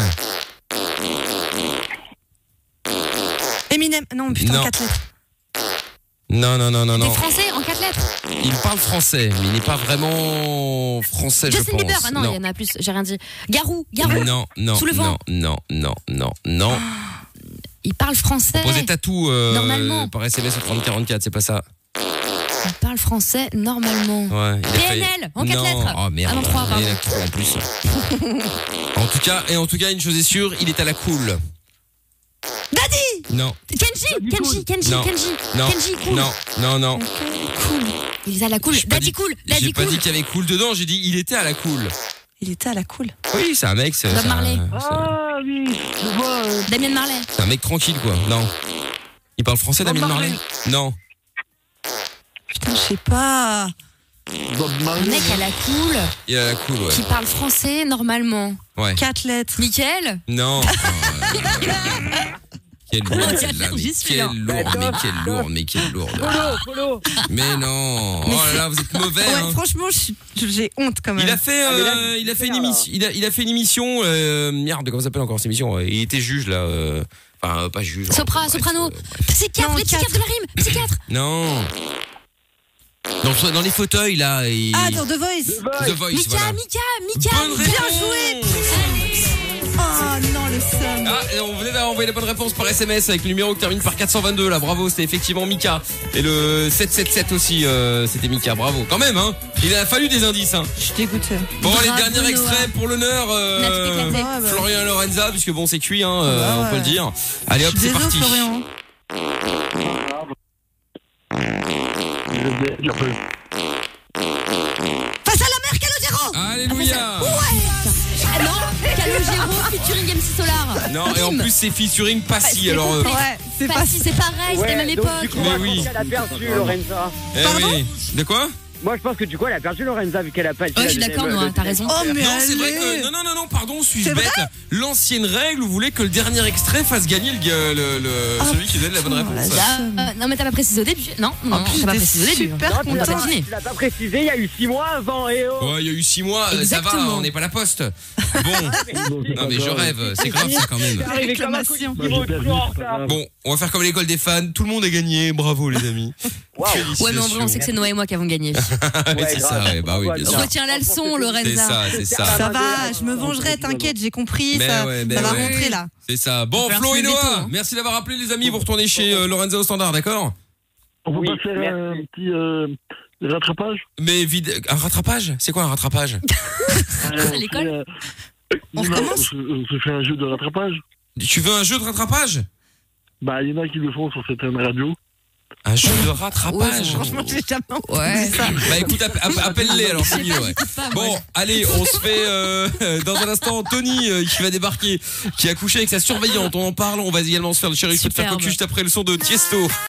Eminem. Non putain, Non. quatre lettres. Non, non, non, non, T'es non. français en quatre lettres. Il parle français, mais il n'est pas vraiment français, je Justin pense. Bieber. Ah non, il y en a plus. J'ai rien dit. Garou. Garou. Non, non, Sous le non, vent. non, non, non, non. Il parle français. Posez tatou euh, Normalement. par S M S au trente quarante-quatre, c'est pas ça. Il parle français normalement. Ouais. il a P fait- N L, en quatre Non. lettres. Oh merde. Ah non, trois, Il y en a pardon. trois en plus. En tout cas, et en tout cas, une chose est sûre, il est à la cool. Daddy. Non, Kenji. Kenji. Kenji. Non. Kenji. non, Kenji. Cool. non, non, non. Cool. Il est à la cool. J'ai pas Daddy dit- cool. J'ai Daddy pas cool. dit qu'il y avait cool dedans, j'ai dit il était à la cool. Il était à la cool. Oui, c'est un mec, c'est Bob c'est un- Marley. c'est un- Ah oui, je vois. euh, Damien Marley. c'est un mec tranquille quoi. Non. Il parle français, Bob Damien Marley. Marley? Non. Putain, je sais pas. Bob Un Marley. mec à la cool Il est à la cool, ouais. qui parle français normalement. Ouais. Quatre lettres. Michael. Non. Oh, euh, Quelle lourde celle-là, mais J'y suis, quelle hein. lourde, mais quelle lourde, mais quelle lourde. Polo, Polo. Mais non. Oh là là, vous êtes mauvais. Ouais, hein. franchement, je suis- j'ai honte quand même. Il a fait, Ah, mais là, euh, il a fait une super, émission. Il a, il a fait une émission. Euh, merde, comment ça s'appelle encore cette émission? Il était juge là. euh, Enfin, euh, pas juge. Sopra, bref, soprano. euh, bref. Psychiatre. Non, Les psychiatres de la rime. Psychiatre. Non. Dans, dans les fauteuils là. Il... Ah, dans The Voice. The Voice, Mika. voilà. Mika. Mika. Bonne Bien réponse. joué. Oh non, le seum. Ah, et on venait d'envoyer la bonne réponse par S M S avec le numéro qui termine par quatre cent vingt-deux là, bravo, c'était effectivement Mika. Et le sept cent soixante-dix-sept aussi, euh, c'était Mika, bravo. Quand même, hein, il a fallu des indices, hein. Je suis dégoûtée. Bon, Bravo, les derniers Noah. extraits pour l'honneur, euh, On a tout éclaté. Ouais, bah. Florian Lorenza, puisque bon, c'est cuit, hein, euh, Ouais, on ouais. peut le dire. Allez hop, Je suis c'est désolée, parti. Florian. Je je peux. Face à la mer, Calogero. Alléluia. Ah non. Calogero featuring M C Solar. Non, et en Bim. plus c'est featuring Passy, c'est alors. euh, complet. Ouais, c'est pas Passy, c'est pareil, c'était la même donc, époque. du coup, Mais moi, je oui. pense qu'elle a perdu, Lorenza. eh Pardon oui. De quoi? Moi, je pense que du coup, elle a perdu Lorenza vu qu'elle a pas dit. Ouais, la je suis deuxième- d'accord, Noah, le t'as deuxième. raison. Oh, mais Non, c'est vrai allez. que. Non, non, non, non, pardon, suis-je C'est bête? L'ancienne règle, vous voulez que le dernier extrait fasse gagner le, le, le- Ah, celui qui donne la bonne putain, réponse. la- Ah, euh, non, mais t'as pas précisé au début. Non, non, En plus, t'as pas j'étais précisé au début. super Non, tu l'as content. pas- Deviné. tu l'as pas précisé, il y a eu six mois avant, et oh. Ouais, il y a eu six mois, euh, ça va, Exactement. on n'est pas la poste. Bon, non mais je D'accord. rêve, c'est grave ça quand même. C'est arrivé comme un Réclamation. colis Bah, au j'ai perdu, toujours en c'est pas retard. grave. Bon, on va faire comme l'école des fans, tout le monde a gagné, bravo les amis. Waouh. Ouais, mais en vrai, on sait que c'est Noah et moi qui avons gagné. Ouais, c'est ça, ouais, bah oui, bien sûr. Retiens la leçon, C'est Lorenza. ça, c'est ça. Ça va, je me vengerai, t'inquiète, j'ai compris. Mais Ça, ouais, mais ça va ouais. rentrer là. C'est ça. Bon, On va Flo faire et le veto, Noah, hein. merci d'avoir appelé les amis, vous retournez chez euh, Lorenza au standard, d'accord? On peut Oui, pas faire un merci. petit. Euh, rattrapage. Mais vide, un rattrapage? C'est quoi un rattrapage? Euh, À l'école euh, On non, recommence se, se fait un jeu de rattrapage. Tu veux un jeu de rattrapage? Bah, il y en a qui le font sur certaines radios. Un jeu de rattrapage? Franchement, j'ai jamais entendu Ouais. ça. Bah écoute, app- app- appelle-les alors, c'est mieux, ouais. Pas, moi. Bon, allez, on se fait euh, dans un instant Tony euh, qui va débarquer, qui a couché avec sa surveillante. On en parle. On va également se faire le chéri, faut te faire Superbe. cocu juste après le son de Tiesto.